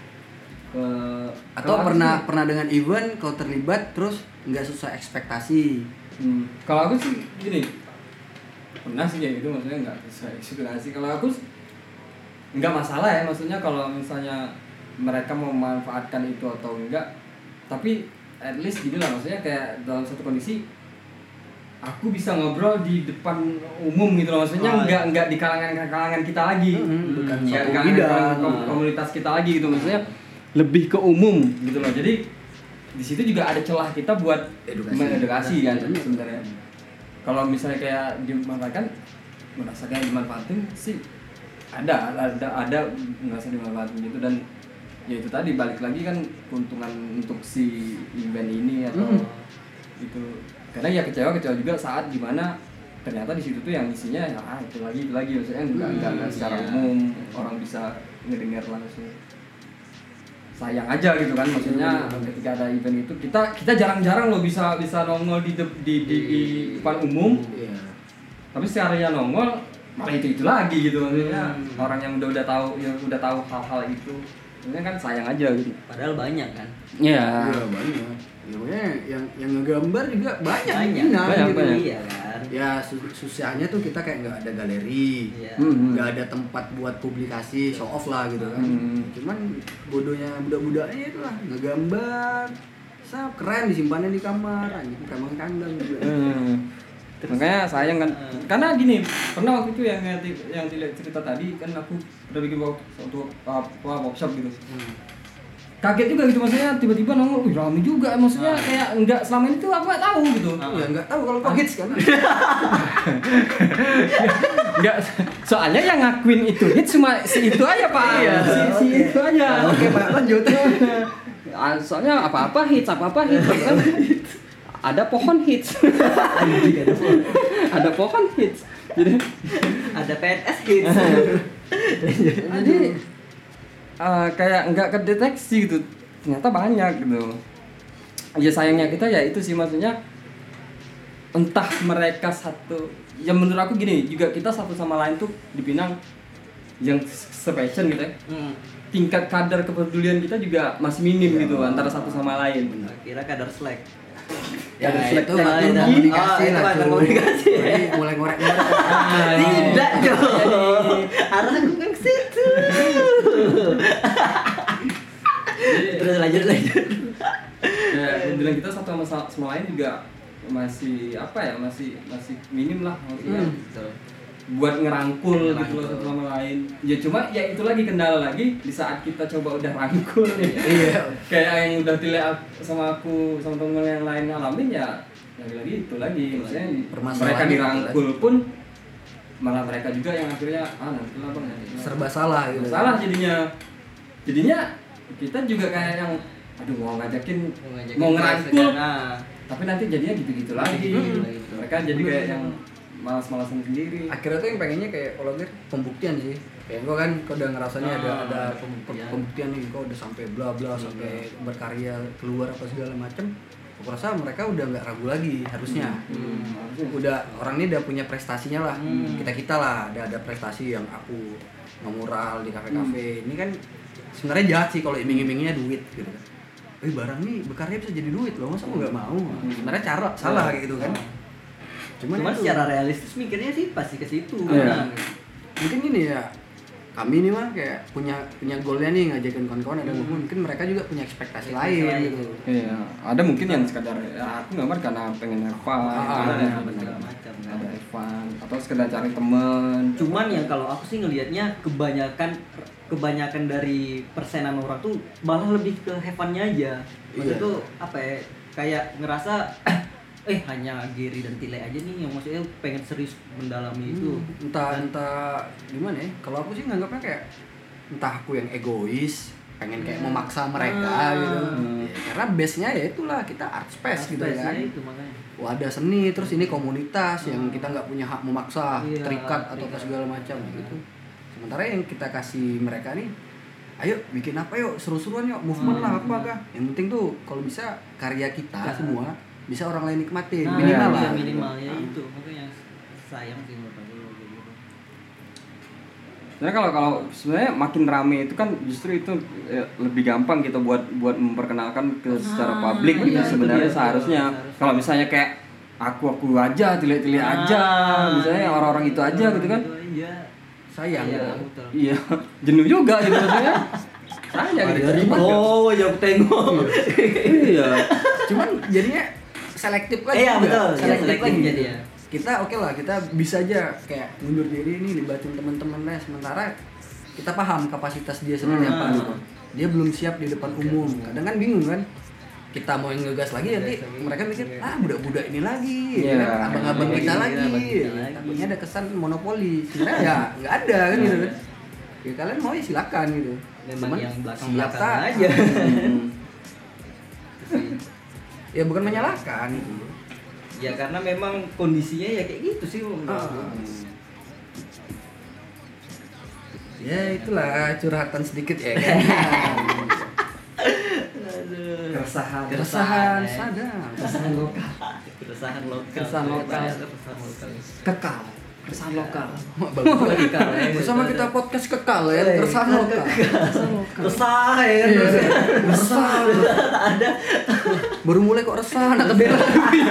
Eh, Atau kalau aku pernah sih- pernah dengan event kau terlibat terus nggak sesuai ekspektasi. Hmm, kalau aku sih gini pernah sih kayak gitu maksudnya nggak sesuai ekspektasi. Kalau aku s- nggak masalah ya maksudnya kalau misalnya mereka mau memanfaatkan itu atau enggak tapi at least gini lah maksudnya kayak dalam satu kondisi aku bisa ngobrol di depan umum gitu loh maksudnya Oh, nggak nggak di kalangan kalangan kita lagi Hmm, bukan Nggak satu di kalangan bidang. kalangan kom- komunitas kita lagi gitu maksudnya lebih ke umum gitu loh jadi di situ juga ada celah kita buat Edukasi. mengedukasi kan Benar. sebenarnya kalau misalnya kayak dimanfaatkan merasa kayak dimanfaatin sih ada ada ada merasa dimanfaatin gitu dan ya itu tadi balik lagi kan keuntungan untuk si event ini atau Hmm. itu karena ya kecewa kecewa juga saat dimana ternyata di situ tuh yang isinya ya ah, itu lagi itu lagi maksudnya nggak nggak nggak secara iya. umum orang bisa ngedengar langsung sayang aja gitu kan maksudnya ketika ada event itu kita kita jarang-jarang loh bisa bisa nongol di de- di di, di depan umum Iya. tapi sekalinya nongol malah itu itu lagi gitu maksudnya Hmm. orang yang udah udah tahu yang udah tahu hal-hal itu maksudnya kan sayang aja gitu. Padahal banyak kan. Iya. Iya banyak. Ya, pokoknya yang yang ngegambar juga banyak, Banyak, yang minat banyak, gitu. banyak. Iya kan. Ya sus- susahnya tuh kita kayak nggak ada galeri, Iya. Hmm. nggak ada tempat buat publikasi show off lah gitu kan. Hmm. Cuman bodohnya budak-budaknya itu lah ngegambar, sap keren disimpannya di kamar, anjing kamar kandang juga. Hmm. Makanya sayang kan, Hmm. karena gini pernah waktu itu yang yang, yang dilihat cerita tadi kan aku udah bikin work- suatu uh, workshop gitu. Hmm. Kaget juga gitu maksudnya tiba-tiba nongol, wih rame juga maksudnya Ah. kayak enggak selama ini tuh aku nggak tahu gitu. Ah. Ya nggak tahu kalau kok hits kan. Enggak, soalnya yang ngakuin itu hit cuma si itu aja pak, Iya, si, si oke. itu aja. Oke pak lanjut. Ah, soalnya apa-apa hits, apa-apa hits kan. Ada pohon hits, ada pohon hits. Jadi, Ada P N S hits. jadi eh, kayak nggak kedeteksi gitu. Ternyata banyak gitu. Ya sayangnya kita ya itu sih maksudnya entah mereka satu. Ya menurut aku gini juga kita satu sama lain tuh di Pinang yang sepassion gitu ya. Hmm. Tingkat kadar kepedulian kita juga masih minim Ya, gitu antara satu sama lain. Kira kadar slack. Ya Ada itu selek- faktor yang komunikasi tinggi. Oh, itu lah faktor cuy. komunikasi. Jadi mulai ngorek-ngorek. Ah, Tidak, Jo. Arahku kan ke situ. Terus lanjut lanjut. Ya, kepedulian kita satu sama sama lain juga masih apa ya masih masih minim lah maksudnya Hmm. gitu. Buat ngerangkul gitu loh Ngerangkul. satu sama lain. Ya cuma ya itu lagi kendala lagi di saat kita coba udah rangkul nih. Iya. Kayak yang udah dilihat sama aku sama teman yang lain ngalamin ya lagi-lagi itu lagi maksudnya Permasalahannya mereka itu dirangkul pun malah mereka juga yang akhirnya ah nanti lah bang nanti lah. Serba salah gitu. salah jadinya jadinya kita juga kayak yang aduh mau ngajakin mau ngerangkul Nah, tapi nanti jadinya gitu-gitu lagi Hmm. mereka jadi kayak yang malas-malasan sendiri. Akhirnya tuh yang pengennya kayak kalau gue pembuktian sih. Kayak gue kan kau udah ngerasanya ada Ah, ada pem- pem- pembuktian. pembuktian nih kau udah sampai bla bla sampai berkarya keluar apa segala macem. Aku rasa mereka udah nggak ragu lagi harusnya. Hmm, harusnya. Udah orang ini udah punya prestasinya lah. Hmm. Kita kita lah ada ada prestasi yang aku ngemural di kafe-kafe. Ini kan sebenarnya jahat sih kalau iming-imingnya duit gitu kan. Eh barang nih berkarya bisa jadi duit loh, masa aku nggak mau? Sebenarnya cara salah kayak gitu kan. Cuman, Cuman itu, secara realistis mikirnya sih pasti ke situ. Iya. Nah, mungkin gini ya, kami nih mah kayak punya punya goalnya nih ngajakin kawan-kawan ada Hmm. mungkin mereka juga punya ekspektasi Ekspektasi lain lain. gitu. Iya, ada mungkin yang sekadar ya, aku gambar karena pengen have fun, Ah, ada ah, yang segala macam kan. ada have fun atau sekedar cari temen. Cuman yang kalau aku sih ngelihatnya kebanyakan kebanyakan dari persenan orang tuh malah lebih ke have fun-nya aja. Maksudnya Iya. tuh apa ya? Kayak ngerasa eh hanya Giri dan Tile aja nih yang maksudnya pengen serius mendalami itu. Entah entah gimana ya? Kalau aku sih nganggapnya kayak entah aku yang egois, pengen kayak Hmm. memaksa mereka Ah. gitu. Hmm. Ya, karena base-nya ya itulah kita art space gitu Space-nya kan. itu makanya. Wah, ada seni terus ini komunitas yang kita nggak punya hak memaksa, Iya, terikat atau apa terikat. segala macam gitu. Sementara yang kita kasih mereka nih, ayo bikin apa yuk seru-seruan yuk movement Hmm. lah apa kah. Yang penting tuh kalau bisa karya kita Nah. semua bisa orang lain nikmatin Nah, minimal iya, lah. minimal ya Nah. itu makanya sayang sih menurut aku kayak gitu. Sebenarnya kalau kalau sebenarnya makin rame itu kan justru itu ya, lebih gampang kita buat buat memperkenalkan ke secara Ah, publik gitu iya, itu sebenarnya dia, seharusnya. seharusnya. Kalau misalnya kayak aku aku aja, tile-tile aja, Ah, misalnya orang-orang itu aja gitu kan. Iya. Sayang Iya, gitu. betul. Iya, jenuh juga gitu maksudnya. Saya gitu. Hari-hari Cuman- Oh, ya aku tengok. Iya. Cuman jadinya selektif lagi Iya, juga. betul. Iya, Selektif selektif lagi jadi ya. Kita oke lah, kita bisa aja kayak mundur diri nih libatin teman-temannya sementara kita paham kapasitas dia sebenarnya Hmm. apa gitu. Dia belum siap di depan umum. Kadang kan bingung kan. Kita mau yang ngegas lagi nanti mereka mikir ah budak-budak ini lagi, Iya. ya kan? abang-abang kita Iya, lagi. abang kita lagi. Takutnya ada kesan monopoli. Sebenarnya ya nggak ada kan gitu kan. Ya kalian mau ya silakan gitu. Memang Cuman yang siap belakang-belakang tak? aja. Hmm. Ya bukan menyalahkan gitu. Ya karena memang kondisinya ya kayak gitu sih menurut Ah. aku. Ya itulah curhatan sedikit ya kan. Aduh. Keresahan. Keresahan ya. sadar. Keresahan lokal. Keresahan lokal. Keresahan lokal. Keresahan lokal. Kekal. Keresahan lokal. Bagus lagi Kekal, ya. bersama kita podcast kekal ya, Eh, keresahan lokal. Keresahan lokal. Resah ya kan. Iya, resah. Ada Baru mulai kok resah, anak keberan.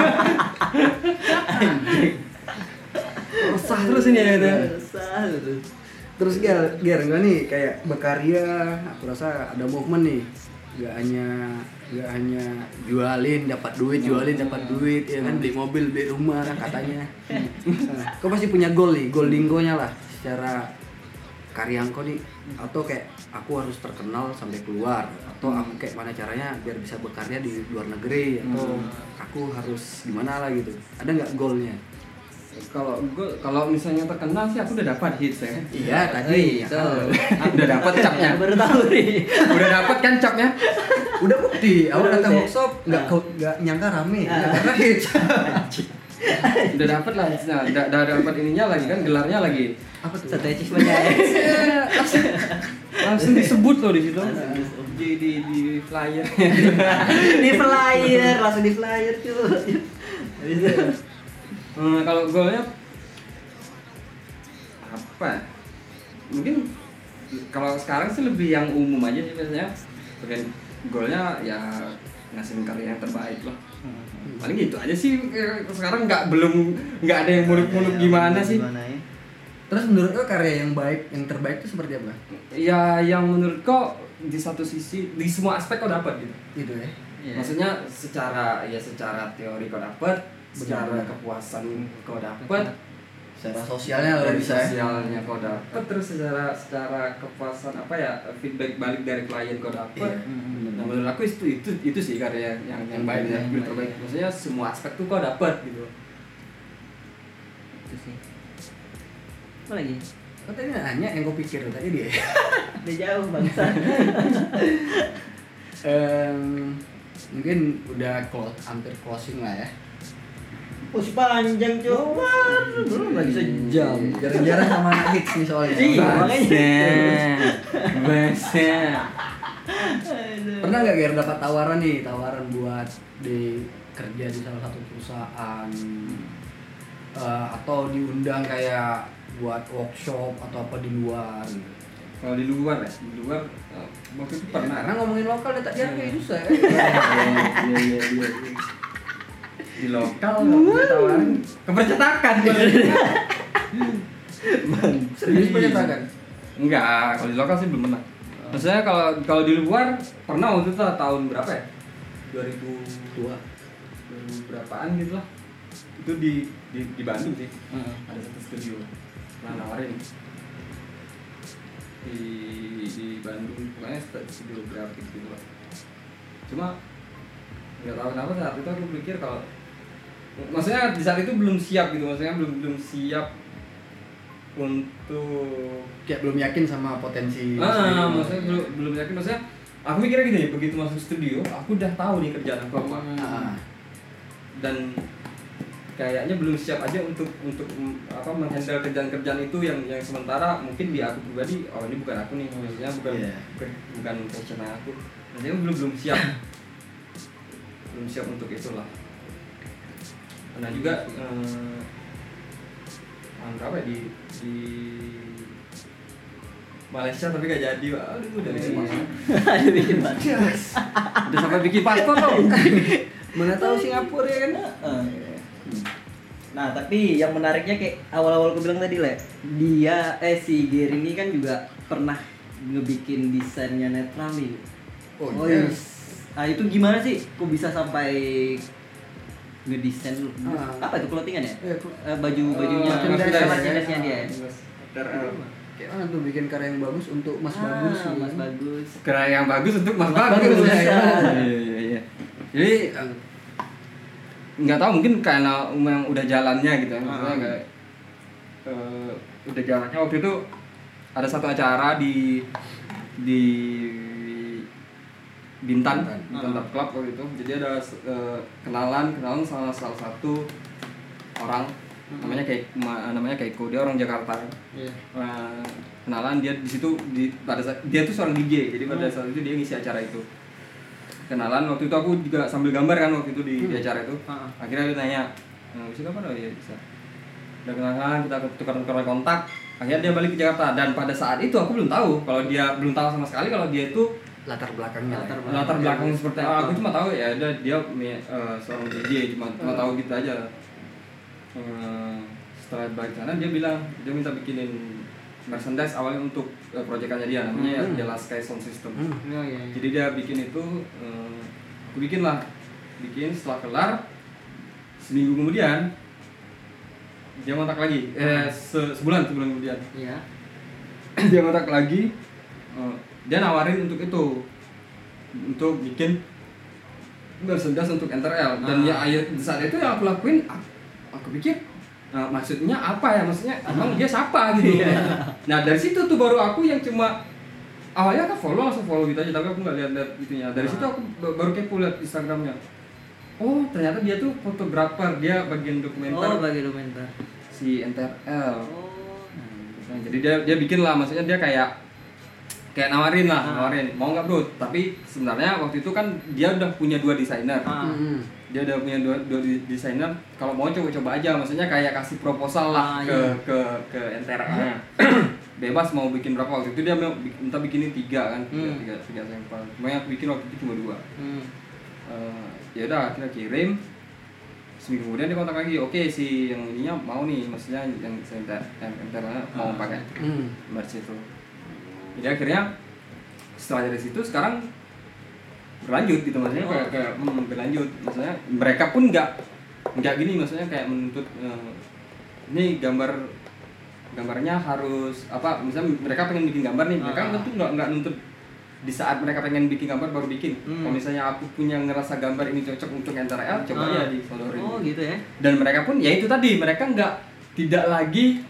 Resah terus ini ya itu. resah gitu. Terus Ger, Ger enggak nih kayak berkarya, aku rasa ada movement nih. Gak hanya gak hanya jualin dapat duit, jualin dapat duit, ya kan beli mobil, beli rumah katanya. Nah, kau pasti punya goal nih, goal dingonya lah secara karya kau nih, atau kayak aku harus terkenal sampai keluar, atau aku kayak mana caranya biar bisa berkarya di luar negeri, atau aku harus gimana lah gitu. Ada nggak goalnya? Kalau gue kalau misalnya terkenal sih aku udah dapat hits ya. Iya tadi. itu. Aku udah dapat capnya. Baru tahu nih. Udah dapat kan capnya. Udah bukti, awal Udah datang bukti. workshop nggak Ah. kau nggak nyangka rame, Ah. karena hits. Udah dapat lah hitsnya. Udah udah dapat ininya lagi kan, gelarnya lagi. Apa tuh? Satu achievement-nya. langsung, langsung disebut loh di situ. Di di di flyer. Di flyer, langsung di flyer cuy. Hmm, kalau goalnya apa? Mungkin kalau sekarang sih lebih yang umum aja sih biasanya. Pengen goalnya ya ngasihin karya yang terbaik lah. Paling gitu aja sih. Sekarang nggak belum nggak ada yang muluk-muluk gimana sih? Gimana ya? Terus menurut lo karya yang baik, yang terbaik itu seperti apa? Ya yang menurut kau di satu sisi di semua aspek kau dapat gitu. Gitu ya. Iya. Maksudnya secara ya secara teori kau dapat, secara Benar. kepuasan kau dapat, Secara sosialnya lo dari bisa. ya. sosialnya kau dapat, terus secara secara kepuasan apa ya feedback balik dari klien kau dapat. Iya. Nah, menurut aku itu itu itu sih karya yang yang baik ya, Yang yang baik. terbaik. Maksudnya semua aspek tuh kau dapat gitu. Itu sih. Apa lagi? Kau tadi nanya yang kau pikir tadi dia. Udah jauh bangsa. Em, mungkin udah close, hampir closing lah ya. Oh, si panjang coba. Belum lagi sejam. Jarang-jarang sama anak hits nih soalnya. Iya, makanya. Bahasa. Pernah nggak Ger dapat tawaran nih, tawaran buat di kerja di salah satu perusahaan, eh, atau diundang kayak buat workshop atau apa di luar gitu. Kalau di luar ya, di luar eh, waktu itu pernah. Karena ngomongin lokal dia tak dihargai susah ya. Iya iya iya. Di lokal nggak tawarin kepercetakan. Serius penyetakan? Enggak, kalau di lokal sih belum pernah. Maksudnya kalau kalau di luar pernah waktu itu tahun berapa ya? dua ribu dua dua ribu berapaan gitu lah. Itu di di, di Bandung sih. Ada satu studio pernah nawarin di di Bandung, pokoknya studio grafik gitu lah. Cuma nggak tahu kenapa saat itu aku pikir kalau maksudnya di saat itu belum siap gitu, maksudnya belum belum siap untuk Kayak belum yakin sama potensi. ah maksudnya belum belum yakin, maksudnya aku mikirnya gini, begitu masuk studio aku udah tahu nih kerjaan aku apa. Ah. Dan kayaknya belum siap aja untuk untuk mm, apa menghandle kerjaan-kerjaan itu yang yang sementara mungkin di aku pribadi, oh ini bukan aku nih, maksudnya bukan Iya. bukan, bukan passion aku, maksudnya belum belum siap belum siap untuk itulah. Nah juga eh, tahun berapa ya, di di Malaysia tapi gak jadi, Pak. Aduh udah bikin paspor, Ada bikin banget. udah sampai bikin paspor loh. Mana tahu Singapura ya kan? Nah, tapi yang menariknya kayak awal-awal aku bilang tadi, Le. Dia eh si Gary ini kan juga pernah ngebikin desainnya netral nih. Oh, iya. yes. Nah, itu gimana sih? Kok bisa sampai ngedesain lu? Ah. Apa itu clothingan ya? Eh, kok- Eh, baju-bajunya, Oh, merchandise sama ya. merchandise-nya dia. Kayak mana tuh bikin karya yang bagus untuk Mas Ah, Bagus gitu. Mas Bagus. Kira yang bagus untuk Mas Mas Bagus. Bagus, Iya ya. iya iya, iya. Jadi eh, nggak tahu mungkin karena memang udah jalannya gitu ya. Maksudnya Ah. kayak eh, udah jalannya waktu itu ada satu acara di di Bintan, Bintan. Bintan Top Club waktu itu. Jadi ada eh, kenalan kenalan sama salah satu orang namanya kayak ma- namanya Keiko, dia orang Jakarta. Iya. Nah, kenalan dia di situ di pada saat dia tuh seorang D J, jadi pada saat itu dia ngisi acara itu. Kenalan waktu itu aku juga sambil gambar kan waktu itu di, di acara itu. Ah. Akhirnya dia nanya, "Eh, bisa kapan?" Oh iya bisa. udah kenalan, kita tukar-tukar kontak, akhirnya dia balik ke Jakarta. Dan pada saat itu aku belum tahu kalau dia belum tahu sama sekali kalau dia itu latar belakangnya Latar lah. latar belakang seperti apa. Aku cuma tahu ya dia dia uh, seorang D J, cuma cuma tahu gitu aja. Uh, setelah balik sana dia bilang dia minta bikinin merchandise awalnya untuk uh, proyekannya dia, namanya Hmm. The Last Sky Sound System. Hmm. Oh, iya, iya. Jadi dia bikin itu, uh, aku bikin lah, bikin setelah kelar seminggu kemudian dia kontak lagi, eh se- sebulan sebulan kemudian Iya. dia kontak lagi, uh, dia nawarin untuk itu, untuk bikin merchandise untuk N T R L. Dan Ah. ya ayo- saat itu yang aku lakuin, aku, aku pikir uh, maksudnya apa ya, maksudnya emang dia siapa gitu. Nah dari situ tuh baru aku yang cuma awalnya kan follow langsung follow gitu aja, tapi aku nggak lihat-lihat itunya. Dari situ aku b- baru kepo lihat Instagramnya. Oh ternyata dia tuh fotografer, dia bagian dokumenter Oh, bagi dokumenter. si N T R L. Oh. Nah, jadi dia dia bikin lah, maksudnya dia kayak kayak nawarin lah, Ah. nawarin mau nggak bro. Tapi sebenarnya waktu itu kan dia udah punya dua desainer. Ah. Hmm. Dia udah punya dua, dua di- desainer. Kalau mau coba-coba aja, maksudnya kayak kasih proposal lah Ah, ke, iya. ke ke N T R L. Bebas mau bikin berapa. Waktu itu dia mau bik- minta bikinin tiga kan, tiga, Hmm. tiga, tiga sampel. Cuma yang aku bikin waktu itu cuma dua. Hmm. Eh, ya udah kita kirim. Seminggu kemudian dia kontak lagi, oke si yang ininya mau nih, maksudnya yang center yang enternya mau Ah. pakai Hmm. merch itu. Jadi akhirnya setelah dari situ sekarang berlanjut gitu, maksudnya Oh. kayak, kayak hmm, berlanjut, maksudnya mereka pun nggak nggak gini, maksudnya kayak menuntut eh, ini gambar gambarnya harus apa, misalnya mereka pengen bikin gambar nih, mereka Ah. tentu nggak nggak nuntut di saat mereka pengen bikin gambar baru bikin. Hmm. Kalau misalnya aku punya ngerasa gambar ini cocok untuk N T R L, coba Ah. aja disodorin. Oh, gitu ya. Dan mereka pun ya itu tadi, mereka nggak tidak lagi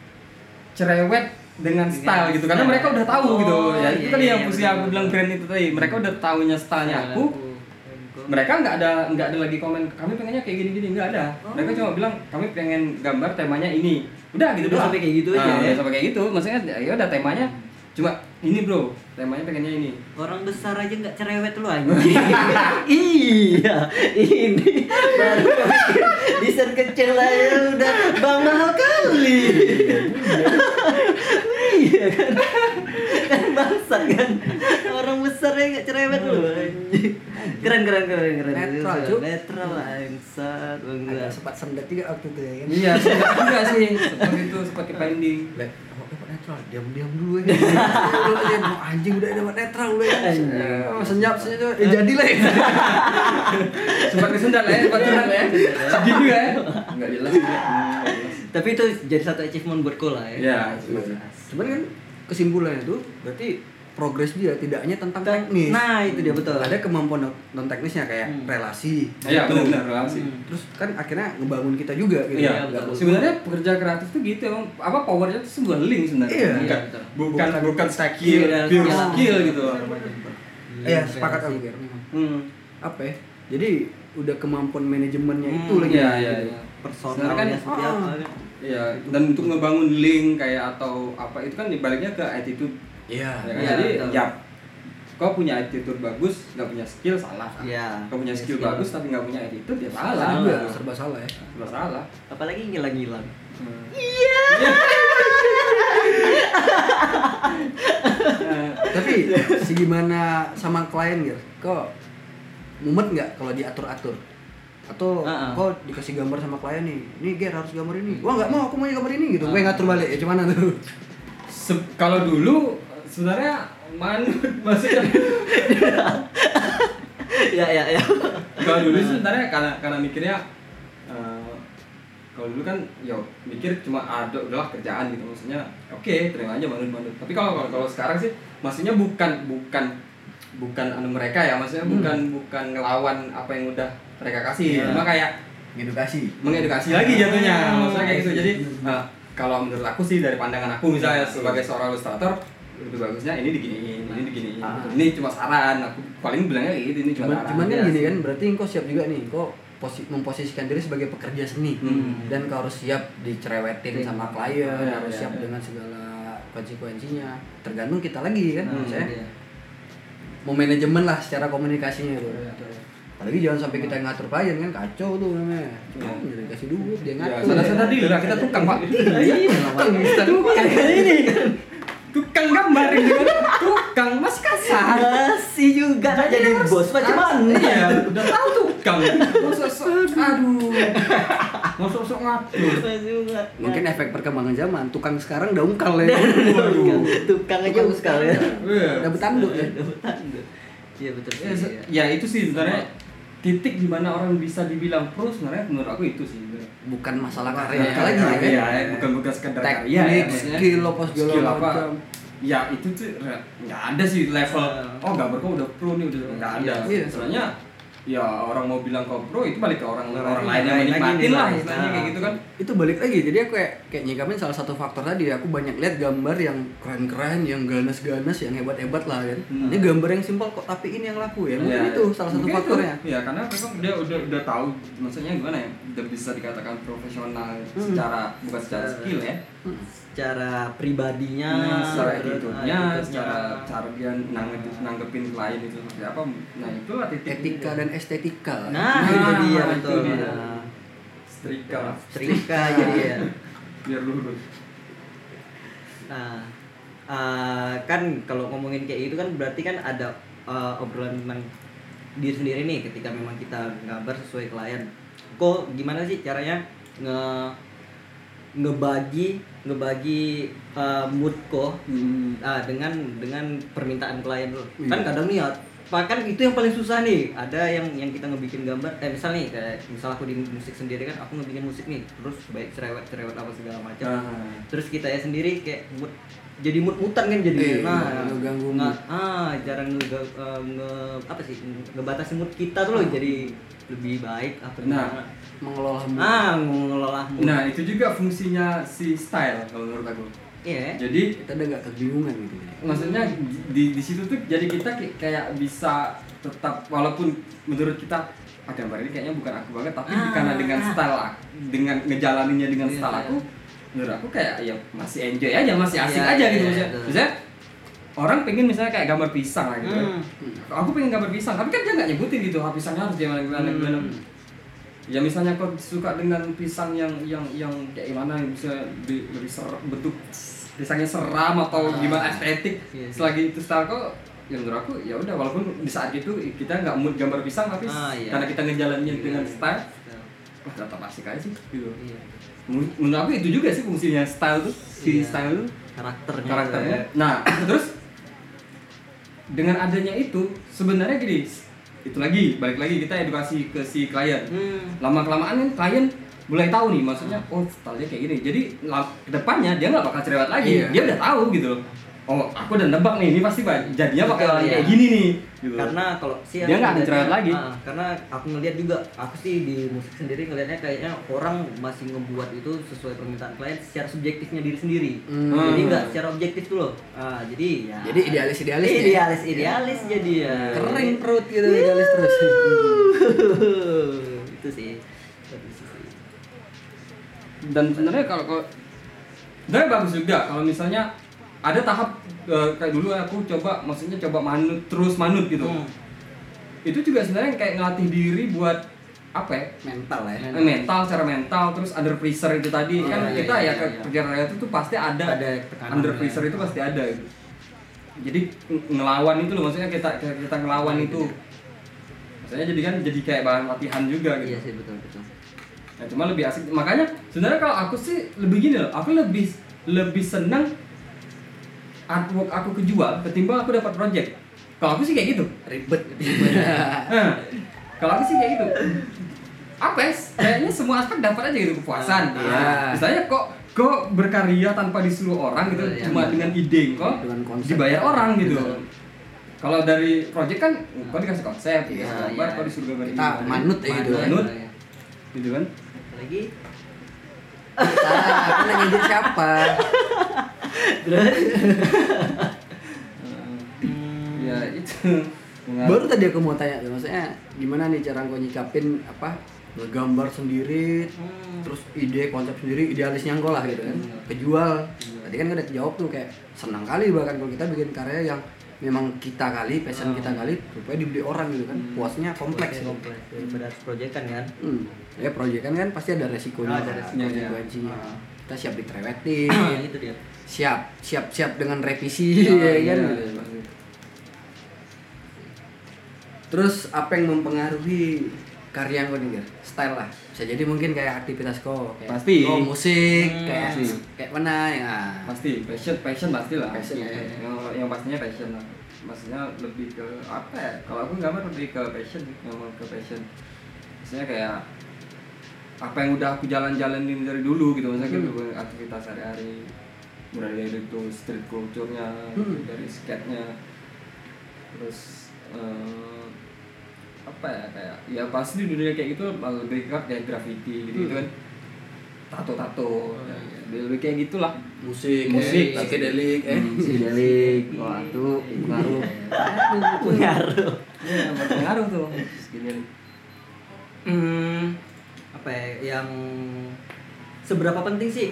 cerewet dengan Dengan style gitu, karena style. mereka udah tahu Oh, gitu. Ya itu iya, tadi yang iya, fungsi betul, aku betul. bilang brand itu tadi, mereka udah taunya stylenya aku. Mereka nggak ada nggak ada lagi komen kami pengennya kayak gini-gini, nggak ada. Oh. Mereka cuma bilang kami pengen gambar temanya ini. Udah gitu Udah doang. sampai kayak gitu aja Nah, ya? udah sampai kayak gitu. Maksudnya ya udah temanya cuma ini bro, temanya pengennya ini. Orang besar aja nggak cerewet lu anjing. Iya, ini baru bikin desain kecil aja udah bang mahal kali. Iya kan, kan bangsat kan. Orang besar aja nggak cerewet lu anjing. Keren keren keren keren. Netral, Cuk. Netral bangsat Agak bangga. sempat sendat juga waktu itu ya kan. Iya, juga sih. Seperti itu, seperti pending. Lek, oh, dapat netral, diam-diam dulu ya. Dulu aja, mau anjing udah dapat netral lu ya. Anjing. Oh, senyap senyap. Eh jadi lah ya. Sempat kesendat lah ya, sempat curhat lah ya. Sedih juga ya. Enggak jelas juga. Tapi itu jadi satu achievement buat Ko lah ya. Iya, Cuman kan kesimpulannya tuh berarti progres dia tidak hanya tentang teknis. Nah, itu dia betul. Ada kemampuan non teknisnya kayak Hmm. relasi. Iya, Itu. benar-benar relasi. Hmm. Terus kan akhirnya ngebangun kita juga gitu. Iya, Nggak betul. sebenarnya pekerja kreatif tuh gitu emang, apa powernya tuh sebuah link sebenarnya. Iya. bukan Iya, betul. bukan Bukan bukan skill, skill, pure skill. skill gitu. Iya, sepakat aku Ger. Hmm. Apa ya? Jadi udah kemampuan manajemennya Hmm, itu lagi. Iya, iya, iya. Personalnya Sebenarnya kan, seperti ah. apa kan? Iya, dan untuk ngebangun link kayak atau apa itu kan dibaliknya ke attitude. Iya. Ya kan? Iya, Jadi betul. ya kau punya attitude bagus, nggak punya skill salah. Iya. Kau punya skill Skill. bagus tapi nggak punya attitude ya salah. Salah juga, Gitu. serba salah ya. Serba salah. Apalagi ngilang-ngilang. Hmm. Tapi si gimana sama klien Ger? Kok mumet nggak kalau diatur-atur? Atau Ah, ah. kok dikasih gambar sama klien nih, nih Ger harus gambar ini. Wah nggak mau, aku mau gambar ini gitu. Gue ngatur balik ya, cuman tuh. Se- kalau dulu sebenarnya manut maksudnya Ya ya ya. kalau dulu sih sebenarnya karena karena mikirnya eh, kalau dulu kan yo mikir cuma ada udahlah kerjaan gitu, maksudnya oke terima aja manut-manut. Tapi kalau kalau kalau sekarang sih maksudnya bukan bukan bukan anu mereka ya, maksudnya Hmm. bukan bukan ngelawan apa yang udah mereka kasih, Iya. cuma kayak Edukasi. mengedukasi lagi jatuhnya, Hmm. maksudnya kayak gitu. Jadi eh, kalau menurut aku sih dari pandangan aku misalnya sebagai seorang ilustrator lebih bagusnya ini diginiin, ini diginiin. Ah. Ini cuma saran, aku paling bilangnya kayak gitu, ini cuma Cuman, saran. cuman kan Iya gini sih. kan, berarti engkau siap juga nih, engkau posi- memposisikan diri sebagai pekerja seni. Hmm. Dan kau harus siap dicerewetin Hmm. sama klien, Iya, harus iya, siap iya. dengan segala konsekuensinya. Tergantung kita lagi kan, Hmm, saya iya. mau manajemen lah secara komunikasinya gitu. Iya. Apalagi jangan sampai kita yang ngatur klien kan kacau tuh namanya. Oh, jadi kasih duit dia Ya, ngatur. sadar-sadar diri lah kita tukang, Pak. Iya, Tukang, tukang ini. Tukang gambar ini kan. Tukang mas kasar. masih juga nak jadi bos macam mana? Iya, udah tahu tukang. Masuk-masuk, aduh. Masuk-masuk ngatur. Masih juga. Mungkin efek perkembangan zaman, tukang sekarang udah ungkal ya. Tukang, tukang aja uskal ya. Iya. Udah betanduk ya. Udah betanduk. Iya betul sih. Ya, se- ya itu sih sebenarnya titik di mana orang bisa dibilang pro sebenarnya menurut aku itu sih sebenarnya. Bukan masalah karya Iya, lagi ya. iya, iya, bukan bukan sekedar Teknik, karya ya, maksudnya. skill apa segala Skill apa. macam. Ya itu tuh nggak ada sih level. Oh gambar kok udah pro nih udah nggak ada. Iya. Sebenarnya ya orang mau bilang kau pro itu balik ke orang orang Orang lain yang lain lagi menikmatin nih, lah Bang. istilahnya kayak gitu kan. Itu balik lagi, jadi aku kayak kayak nyikamin salah satu faktor tadi. Aku banyak lihat gambar yang keren-keren, yang ganas-ganas, yang hebat-hebat lah kan. Hmm. Ini gambar yang simpel kok tapi ini yang laku ya. Mungkin Ya, itu salah satu mungkin faktornya. itu. Ya karena memang dia udah udah tahu maksudnya gimana ya, udah bisa dikatakan profesional secara bukan secara skill ya. Secara pribadinya, Nah, secara terus, attitude-nya, ah, secara cara dia nanggepin, nanggepin klien itu seperti apa. Nah, itulah titik Etika dan estetika. Nah, itu dia Nah, betul. itu dia. Nah, setrika lah. Setrika jadi ya. Biar lurus. Nah, uh, kan kalau ngomongin kayak gitu kan berarti kan ada uh, obrolan tentang diri sendiri nih ketika memang kita gambar sesuai klien. Kok gimana sih caranya nge ngebagi ngebagi uh, mood kok Hmm. ah, dengan dengan permintaan klien lo. Iya. Kan kadang nih ya, bahkan itu yang paling susah nih. Ada yang yang kita ngebikin gambar, eh misal nih kayak misal aku di musik sendiri kan, aku ngebikin musik nih, terus baik cerewet cerewet apa segala macam. Ah. Terus kita ya sendiri kayak mood, jadi mood-mutan kan jadi. Iya, nah, ngeganggu mood. nggak- ah jarang nge, uh, nge apa sih ngebatasi mood kita tuh loh, jadi lebih baik apa Nah. gimana. Mengelola mood. Ah mengelola mood. Nah, itu juga fungsinya si style kalau menurut aku. Iya. Jadi Kita udah gak kebingungan gitu. maksudnya di di situ tuh jadi kita ki- kayak bisa tetap walaupun menurut kita ah, gambar ini kayaknya bukan aku banget tapi Ah. karena dengan style aku, dengan ngejalaninnya dengan Iya, style iya. aku menurut aku kayak ya masih enjoy aja masih asik Iya, aja iya, gitu iya, maksudnya. betul. Misalnya orang pengen misalnya kayak gambar pisang lah gitu kan. Hmm. Aku pengen gambar pisang tapi kan dia nggak nyebutin gitu ah, pisangnya harus gimana gimana Hmm. gimana. Ya misalnya kau suka dengan pisang yang yang yang kayak gimana bisa di, lebih ser, bentuk pisangnya seram atau Ah. gimana estetik Iya, iya. selagi itu style kok ya menurut aku ya udah walaupun di saat itu kita nggak mood gambar pisang tapi Ah, iya. karena kita ngejalaninnya Iya, dengan iya. style wah tetap asik aja sih gitu. Iya. Men- Menurut aku itu juga sih fungsinya style tuh si Iya. style tuh Karakternya. karakternya. juga ya. Nah terus dengan adanya itu sebenarnya gini itu lagi balik lagi kita edukasi ke si klien. Hmm. Lama kelamaan kan klien mulai tahu nih maksudnya oh stylenya kayak gini jadi la- kedepannya dia nggak bakal cerewet lagi Iya. dia udah tahu gitu loh oh aku udah nebak nih ini pasti ba- jadinya bakal Betul, kayak iya. gini nih gitu. Karena kalau sih Dia aku nggak akan ngeliatnya- cerewet lagi. ah, karena aku ngeliat juga aku sih di musik sendiri ngelihatnya kayaknya orang masih ngebuat itu sesuai permintaan klien secara subjektifnya diri sendiri. Hmm. Jadi nggak secara objektif tuh loh. Ah, jadi ya. Jadi idealis-idealis ya? Idealis idealis jadi ya. Keren perut gitu idealis terus. Itu sih. Itu sih. dan sebenarnya kalau kalau sebenarnya bagus juga kalau misalnya ada tahap eh, kayak dulu aku coba maksudnya coba manut terus manut gitu Hmm. itu juga sebenarnya kayak ngelatih diri buat apa ya Mental ya. Eh, mental secara mental terus under pressure itu tadi Oh, kan iya, kita iya, ya ke iya. kerja raya itu tuh pasti ada, Ada tekanannya. under pressure itu pasti ada gitu. Jadi ng- ngelawan itu loh maksudnya kita kita, kita ngelawan Iya, itu maksudnya jadi kan jadi kayak bahan latihan juga gitu. Iya sih betul betul. Nah, cuma lebih asik makanya sebenarnya kalau aku sih lebih gini loh aku lebih lebih senang artwork aku kejual ketimbang aku dapat project. Kalau aku sih kayak gitu. Ribet. Nah, kalau aku sih kayak gitu. Apa ya? Kayaknya semua aspek dapat aja gitu kepuasan. Iya. Misalnya kok kok berkarya tanpa disuruh orang gitu, Iya, cuma iya. dengan ide kok Dengan konsep. dibayar orang gitu. Betul. Kalau dari project kan kok dikasih konsep, dikasih Iya, gambar, iya. kok disuruh gambar Kita ini. manut ya gitu. Manut. Iya. Gitu kan? Lagi Ah, aku nanya dia siapa? Ya itu. Baru tadi aku mau tanya, maksudnya gimana nih cara kau nyikapin apa ngegambar sendiri, Hmm. terus ide konsep sendiri, idealisnya engkau lah gitu kan, Hmm. kejual. Tadi kan udah dijawab tuh kayak senang kali bahkan kalau kita bikin karya yang memang kita kali, passion Hmm. kita kali, rupanya dibeli orang gitu kan, puasnya kompleks. Kompleks, kompleks. Daripada harus proyekan kan. Hmm. Ya proyekan kan pasti ada resikonya, Ah, ada resikonya, ya. konsekuensinya. Ah. Kita siap diterewetin, Itu dia. siap siap siap dengan revisi, Oh, ya kan. iya, Gitu. pasti. Terus apa yang mempengaruhi karya kau nih, Ger? Style lah. Bisa jadi mungkin kayak aktivitas kau, kayak Pasti. oh, musik, Hmm, kayak pasti. kayak mana ya. Pasti passion passion pasti lah. Passion, ya. Yang yang pastinya passion lah. Maksudnya lebih ke apa ya? Kalau aku gambar lebih ke passion, memang ke passion. Maksudnya kayak apa yang udah aku jalan-jalanin dari dulu gitu, maksudnya Hmm. gitu aktivitas sehari-hari, mulai dari itu street culture-nya, Hmm. dari skate-nya, terus eh, apa ya kayak ya pasti di dunia kayak gitu lebih ke kayak graffiti gitu, gitu kan, tato-tato, ya, lebih kayak gitulah. Musik, Musik, eh, psychedelic, eh. Hmm, psychedelic, wah itu pengaruh. Pengaruh. Iya, berpengaruh tuh psychedelic. Hmm, apa ya yang seberapa penting sih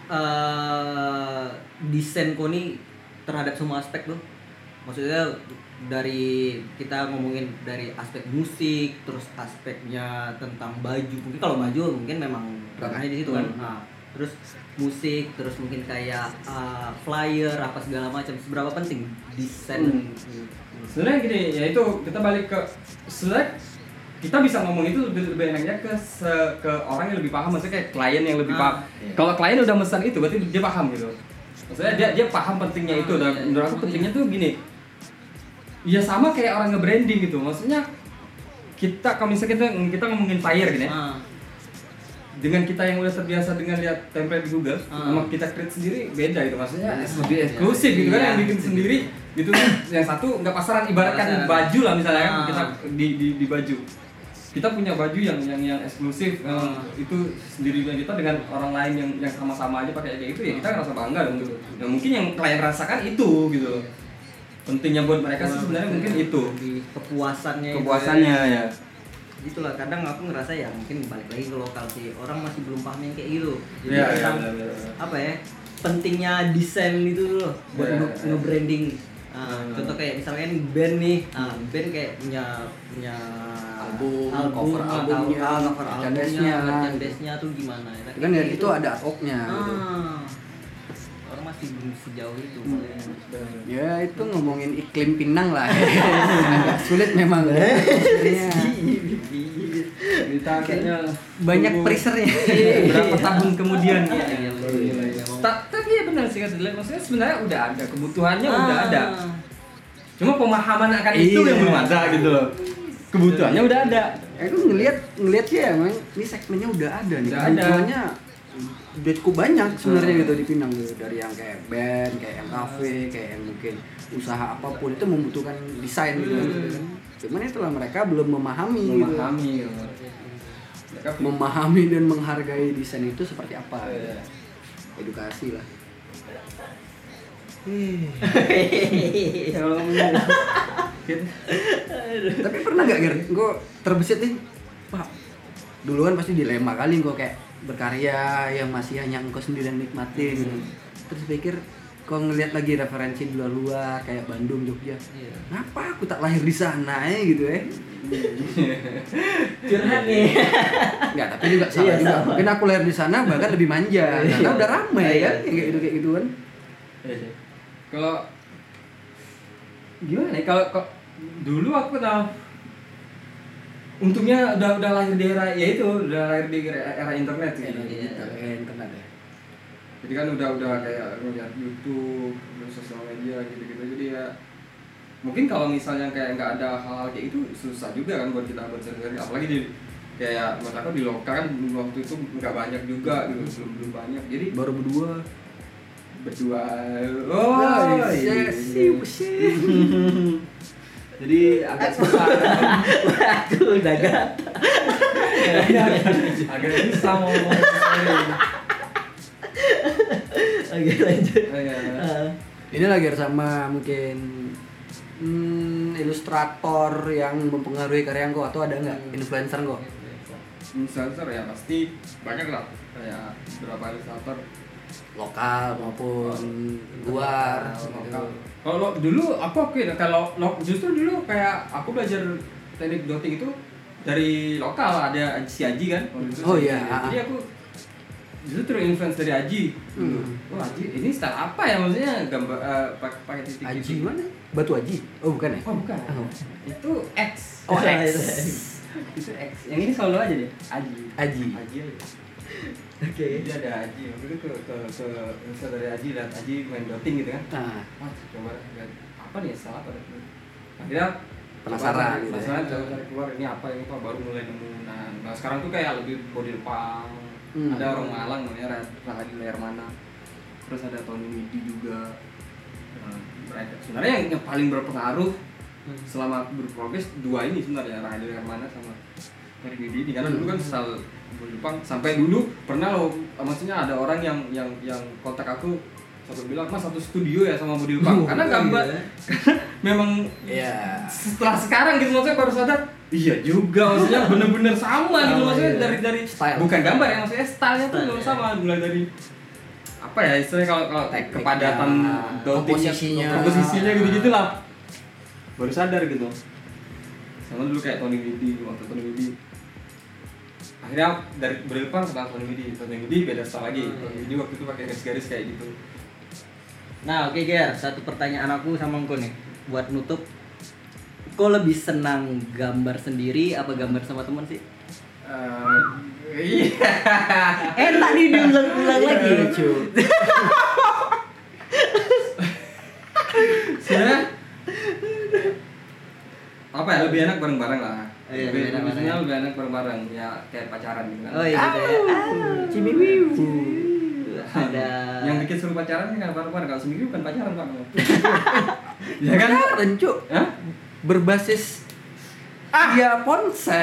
eh desain kau nih terhadap semua aspek tuh? Maksudnya dari kita ngomongin dari aspek musik, terus aspeknya tentang baju. Mungkin kalau baju mungkin memang ranahnya di situ kan. Hmm. Nah, terus musik, terus mungkin kayak uh, flyer apa segala macam. Seberapa penting desain? Hmm. Sebenarnya gini, ya itu kita balik ke sebenarnya kita bisa ngomong itu lebih, lebih enaknya ke se- ke orang yang lebih paham, maksudnya kayak klien yang lebih Ah, paham. iya. Kalau klien udah pesan itu berarti dia paham gitu. Maksudnya dia dia paham pentingnya Ah, itu dan iya, menurut iya. aku pentingnya tuh gini. Ya sama kayak orang nge-branding gitu. Maksudnya kita kalau misalnya kita kita ngomongin flyer gini ya. Ah, Dengan kita yang udah terbiasa dengan lihat template di Google, Ah. sama kita create sendiri beda itu, maksudnya Iya. lebih eksklusif gitu kan, Iya. yang bikin sendiri gitu kan. Yang satu nggak pasaran, ibaratkan Pasaran. baju lah misalnya kan, Ah. kita di, di di baju kita punya baju yang yang yang eksklusif, yang Ah. itu sendiri kita dengan orang lain yang yang sama-sama aja pakai kayak gitu, ya kita ngerasa bangga dong gitu. Nah mungkin yang klien rasakan itu gitu. Pentingnya buat mereka sih sebenarnya mungkin itu Lebih kepuasannya. itu kepuasannya ya. ya. Itulah kadang aku ngerasa ya mungkin balik lagi ke lokal sih, orang masih belum paham yang kayak gitu. Jadi Iya, iya, tentang benar, benar, benar. apa ya pentingnya desain itu loh buat Iya, nge- iya. nge-branding. Nah, Hmm. contoh kayak misalkan band nih, nah, band kayak punya punya Album, cover ah, albumnya, ah, cover merchandise-nya. albumnya, merchandise-nya tuh gimana? Ya, Itu kan dari itu ada artworknya gitu. Ah, orang masih belum sejauh itu. Hmm. makanya. Ya itu ngomongin iklim Pinang lah. Agak sulit memang. Maksudnya Kita kayaknya banyak tunggu presernya. berapa tahun kemudian Iya, ya. iya, iya, iya. Ta- tapi ya benar sih kata Dile, maksudnya sebenarnya udah ada kebutuhannya Ah. udah ada, cuma pemahaman akan itu Iya. yang belum ada gitu loh. Kebutuhannya udah ada. Aku ngelihat ngelihat sih ya, emang ini segmennya udah ada nih. Udah ada. Kebutuhannya udah cukup banyak sebenarnya gitu di Pinang gitu. Dari yang kayak band, kayak yang cafe, kayak yang mungkin usaha apapun itu membutuhkan desain gitu kan. Cuman itulah mereka belum memahami, Memahami gitu. Mereka gitu. Memahami dan menghargai desain itu seperti apa. Iya. Edukasi lah. kalau ngomong gitu. Tapi pernah gak Ger, gue terbesit nih, Pak, dulu kan pasti dilema kali gue kayak berkarya yang masih hanya engkau sendiri yang nikmati gitu. Terus pikir, kok ngelihat lagi referensi di luar-luar kayak Bandung, Jogja, Iya. ngapa aku tak lahir di sana ya gitu ya? Curhat nih. Enggak, tapi juga salah Iya, juga. sama. Mungkin aku lahir di sana bahkan lebih manja, karena udah ramai Iya. kan, kayak gitu kayak gitu kan. Kalau gimana ya, kalau kok dulu aku tahu untungnya udah udah lahir di era ya itu udah lahir di era, era internet gitu. Iya. Eh, internet ya. Jadi kan udah udah kayak ngeliat YouTube, terus sosial media gitu-gitu. Jadi ya mungkin kalau misalnya kayak nggak ada hal-hal kayak itu susah juga kan buat kita buat sendiri. Apalagi di kayak menurut aku di lokal kan waktu itu nggak banyak juga gitu, belum belum banyak. Jadi Baru berdua. berdua, oh iya, sih, sih. Jadi agak susah. Aku udah gak. agak susah mau ngomong. Oke lanjut. Iya. Ah. Ini lagi sama mungkin hmm, ilustrator yang mempengaruhi karya engkau atau ada nggak influencer engkau? Influencer ya pasti banyak lah, kayak beberapa ilustrator lokal maupun luar Lokal. Kalau dulu aku oke kalau lo- justru dulu kayak aku belajar teknik dotting itu dari lokal, ada si Aji kan. waktu itu Oh, si iya. Aji. Jadi aku justru influence dari Aji. Hmm. Oh Aji, ini style apa ya maksudnya gambar eh, pak- pakai titik Aji gitu. mana? Batu Aji? Oh bukan ya? Oh bukan. Oh. Itu X. Oh, X. Itu X. Yang ini solo aja deh. Aji. Aji. Aji aja. Oke. Jadi ada Aji. Waktu itu ke ke ke influence dari Aji, lihat Aji main dotting gitu kan. Nah, Wah, coba lihat apa nih salah apa nih? Akhirnya Penasaran coba, gitu ya. penasaran coba cari keluar ini apa ini apa baru mulai nemu. Nah, nah sekarang tuh kayak lebih body punk. Hmm. Ada orang Malang namanya Rahadi Layarmana. Terus ada Tony Widi juga. Nah, mereka sebenarnya yang, yang paling berpengaruh selama aku berprogres dua ini sebenarnya, Rahadi Layarmana sama Tony Widi. Karena dulu kan style body punk sampai dulu pernah loh, maksudnya ada orang yang yang yang kontak aku sampai bilang, "Mas satu studio ya sama body punk." Karena gambar iya. memang Iya. setelah sekarang gitu maksudnya baru sadar iya juga maksudnya bener-bener sama gitu Sama, maksudnya iya. dari dari Style. bukan gambar ya maksudnya stylenya tuh Style, memang ya. sama, mulai dari apa ya istilahnya kalau kalau Tekniknya, kepadatan dottingnya, komposisinya. komposisinya gitu gitulah baru sadar gitu. Sama dulu kayak Tony Widi, waktu Tony Widi akhirnya dari berdepan setelah Tony Widi, Tony Widi beda style lagi. Hmm. Tony Widi waktu itu pakai garis-garis kayak gitu. Nah, oke Ger, satu pertanyaan aku sama engkau nih buat nutup. Kau lebih senang gambar sendiri apa gambar sama teman sih? Eh, iya. Enak nih diulang-ulang lagi. Lucu. Sebenarnya apa ya, lebih enak bareng-bareng lah. Iya, lebih, lebih enak lebih, bareng. lebih enak bareng-bareng ya kayak pacaran gitu kan. Oh iya gitu ya. Cimiwiu. Ada Yang bikin seru pacaran kan bareng-bareng, kalau sendiri bukan pacaran Pak. Ya kan? Pacaran, Cuk. Hah? Berbasis ya ponsel.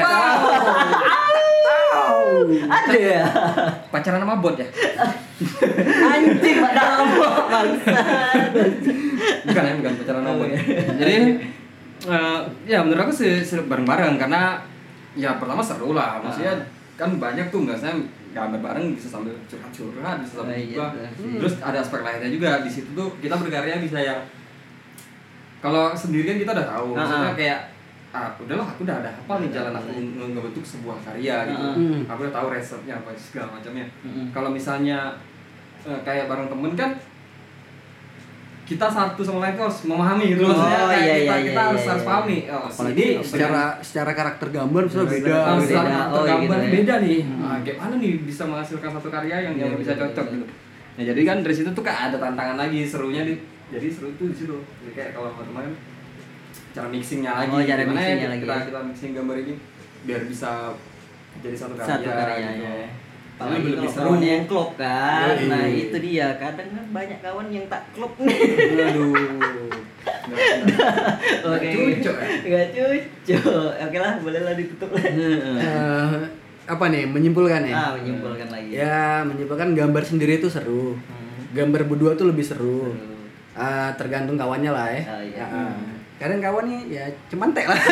ada ya. Pacaran sama bot ya? Anjing padahal bangsa. Bukan ya, bukan pacaran sama Oh, bot. iya. Jadi eh, ya menurut aku sih sih bareng-bareng karena ya pertama seru lah. Maksudnya kan banyak tuh nggak saya gambar bareng bisa sambil curhat-curhat, bisa sambil Oh, iya, juga. iya. Terus ada aspek lainnya juga di situ tuh kita berkarya bisa yang kalau sendirian kita udah tahu, maksudnya Ah. kayak ah udahlah aku udah ada apa nih jalan aku nge- ngebentuk sebuah karya gitu. Ah. Hmm. Aku udah tahu resepnya apa segala macamnya. Mm-mm. Kalau misalnya eh, kayak bareng temen kan kita satu sama lain tuh harus memahami gitu Oh, maksudnya kayak iya, kita, iya, kita iya, harus iya, harus iya. pahami oh Apalagi ini secara secara karakter gambar misalnya beda. Ah, beda. secara Oh, gambar gitu ya. beda nih. Hmm. Ah, gimana nih bisa menghasilkan satu karya yang Iya, yang bisa betul, cocok betul. gitu. Nah, jadi kan dari situ tuh kayak ada tantangan lagi serunya di jadi seru tuh di situ. Jadi kayak kalau kemarin cara mixingnya lagi. Oh, cara gimana ya mixingnya lagi kita, ya. kita mixing gambar ini biar bisa jadi satu karya. Satu karyanya. gitu. Apalagi Jadi lebih kalau seru. kawan yang klop kan. Yoi. Nah, itu dia. Kadang kan banyak kawan yang tak klop nih. Aduh. Nggak, nggak. Oke. Cucuk ya? Enggak cucuk. Oke lah, bolehlah ditutup lah. Eh, apa nih menyimpulkan ya? Ah, menyimpulkan lagi. Ya menyimpulkan gambar sendiri itu seru. Hmm. Gambar berdua tuh lebih seru. Seru. Ah, tergantung kawannya lah ya. Oh, iya. Ah, kadang kawannya ya cemantek lah.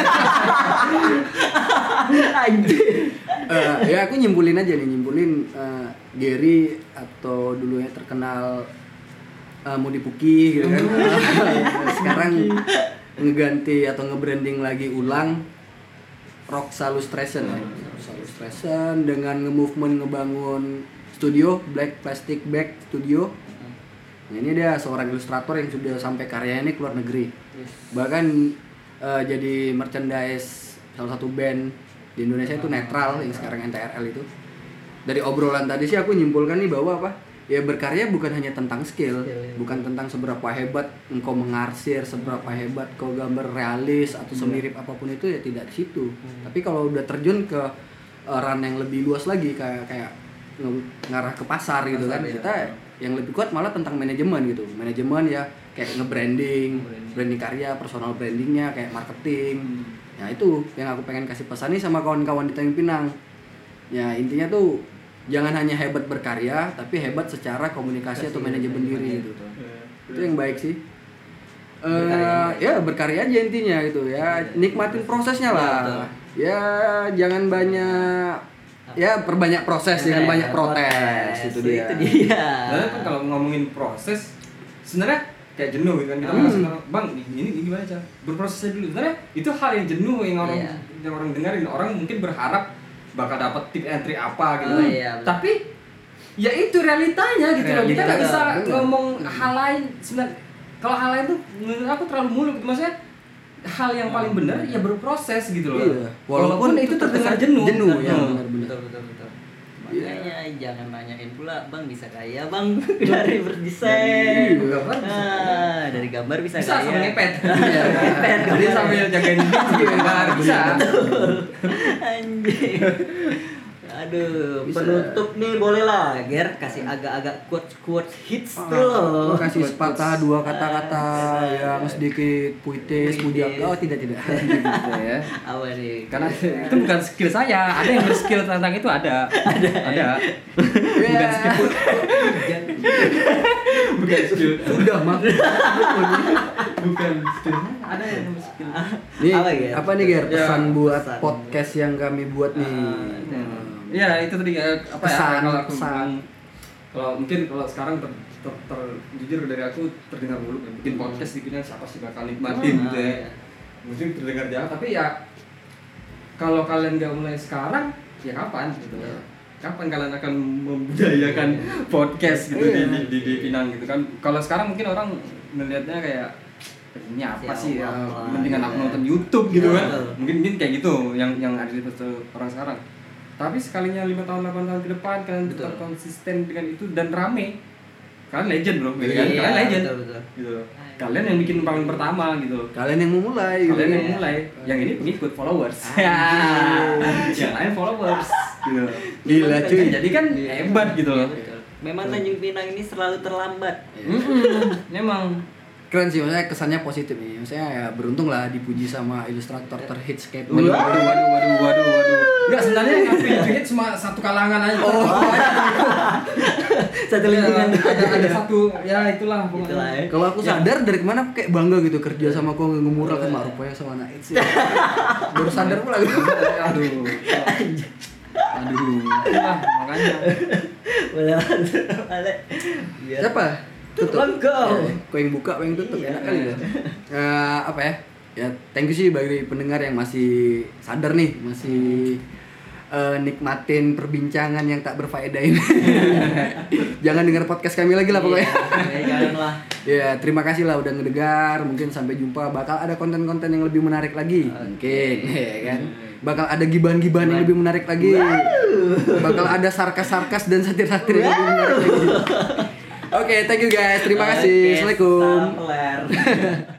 Anjir. Eh, ya aku nyimpulin aja nih, nyimpulin eh, Gary atau dulunya terkenal eh, Mudi Puki gitu kan. Sekarang ngeganti atau nge-branding lagi ulang Roxa Lustration ya. Roxa Lustration dengan nge-movement ngebangun studio Black Plastic Bag Studio. Nah, ini dia seorang ilustrator yang sudah sampai karyanya ini keluar negeri. Bahkan eh, jadi merchandise salah satu band di Indonesia itu Netral yang sekarang N T R L itu. Dari obrolan tadi sih aku nyimpulkan nih bahwa apa? Ya berkarya bukan hanya tentang skill, bukan tentang seberapa hebat engkau mengarsir, seberapa hebat kau gambar realis atau semirip apapun itu ya tidak di situ. Tapi kalau udah terjun ke uh, ranah yang lebih luas lagi kayak kayak nge- ngarah ke pasar gitu kan, Pasar, ya. kita yang lebih kuat malah tentang manajemen gitu. Manajemen ya kayak nge-branding, branding karya, personal brandingnya kayak marketing. Ya itu yang aku pengen kasih pesan nih sama kawan-kawan di Tanjung Pinang. Ya intinya tuh jangan hanya hebat berkarya, tapi hebat secara komunikasi atau manajemen diri gitu. Itu yang baik sih. Eh ya berkarya aja intinya gitu ya. Nikmatin prosesnya lah. Ya jangan banyak ya perbanyak proses dengan banyak protes itu dia. Itu dia. Karena kan kalau ngomongin proses sebenarnya kayak jenuh gitu kan kita Hmm. masuk bang ini ini gimana cara berproses dulu sebenarnya itu hal yang jenuh yang orang Iya. yang orang dengerin orang mungkin berharap bakal dapat tip and trick apa gitu Oh, iya, betul. tapi ya itu realitanya gitu loh kita nggak Realita, bisa betul. ngomong hal lain sebenarnya kalau hal lain tuh menurut aku terlalu muluk gitu. Maksudnya hal yang paling benar ya berproses gitu loh Iya. walaupun, itu terdengar jenuh jenuh kan? ya Hmm. benar-benar. Betul betul betul. Iya. Makanya jangan nanyain pula, Bang bisa kaya Bang dari berdesain. Dari gambar bisa Ah, dari gambar bisa, bisa kaya. sambil ngepet Iya. ngepet jadi sambil jagain duit gambar bisa Anjing. Aduh, Bisa. penutup nih boleh lah, Ger kasih agak-agak quotes-quotes hits Ah, tuh loh. kasih sepatah dua kata-kata yang sedikit puitis, pujian. Oh tidak tidak. gitu ya Apa nih? karena itu bukan skill saya ada yang berskill tentang itu ada ada ada bukan skill bukan skill Udah mah. bukan skill ada yang berskill Nih, Apa, apa, Ger? apa nih Ger? Pesan Ya, buat pesan. podcast yang kami buat nih. Ah, ya itu tadi eh, apa Pesan, ya kalau aku pesan. bilang, kalau mungkin kalau sekarang ter, ter, ter- jujur dari aku terdengar muluk ya. Bikin podcast dibilang siapa sih bakal nikmatin Ah, gitu ya iya. mungkin terdengar jauh tapi ya kalau kalian nggak mulai sekarang ya kapan gitu Iya. kapan kalian akan membudayakan podcast gitu di, Iya. di, di, di Pinang gitu kan kalau sekarang mungkin orang melihatnya kayak ini apa Siapa sih ya lah, mendingan iya. aku nonton YouTube gitu Iya, kan betul. mungkin mungkin kayak gitu yang yang ada di betul orang sekarang tapi sekalinya lima tahun delapan tahun ke depan kalian tetap Betul. konsisten dengan itu dan rame kalian legend bro gitu kan Iya, kalian legend betul, betul. gitu loh. Kalian yang bikin paling pertama gitu loh. Kalian yang memulai. Kalian yang Iya. mulai, yang ini pengikut followers. Anjing. Yang lain followers. Gitu. Gila, cuy. Jadi kan hebat gitu loh. Betul. Memang Tanjung Pinang ini selalu terlambat. Mm-mm. Memang Keren sih, maksudnya kesannya positif nih. Maksudnya ya beruntung lah dipuji sama ilustrator terhits kayak waduh, waduh, waduh, waduh, waduh, waduh. Enggak sebenarnya yang aku ingat cuma satu kalangan aja. Oh, Satu ada, lingkungan. ada, ada satu, ya itulah pokoknya. Itulah ya. Kalau aku sadar dari kemana aku kayak bangga gitu kerja sama kok ngemurah kan rupanya sama anak itu. Baru sadar pula gitu. Aduh. Aduh. Itulah makanya. Boleh boleh. Biar- Siapa? Tutup. Engkau. Eh, Kau yang buka, kau yang tutup, Iya. enak kali ya. Eh, apa ya? Ya, thank you sih bagi pendengar yang masih sadar nih, masih eh, nikmatin perbincangan yang tak berfaedah ini. Jangan dengar podcast kami lagi lah pokoknya. Iya, janganlah. Ya, terima kasih lah udah ngedengar. Mungkin sampai jumpa. Bakal ada konten-konten yang lebih menarik lagi. Mungkin, ya kan? Bakal ada gibahan-gibahan yang lebih menarik lagi. Bakal ada sarkas-sarkas dan satir-satir yang lebih menarik lagi. Oke, thank you guys. Terima kasih. Oke, Assalamualaikum. salam ler.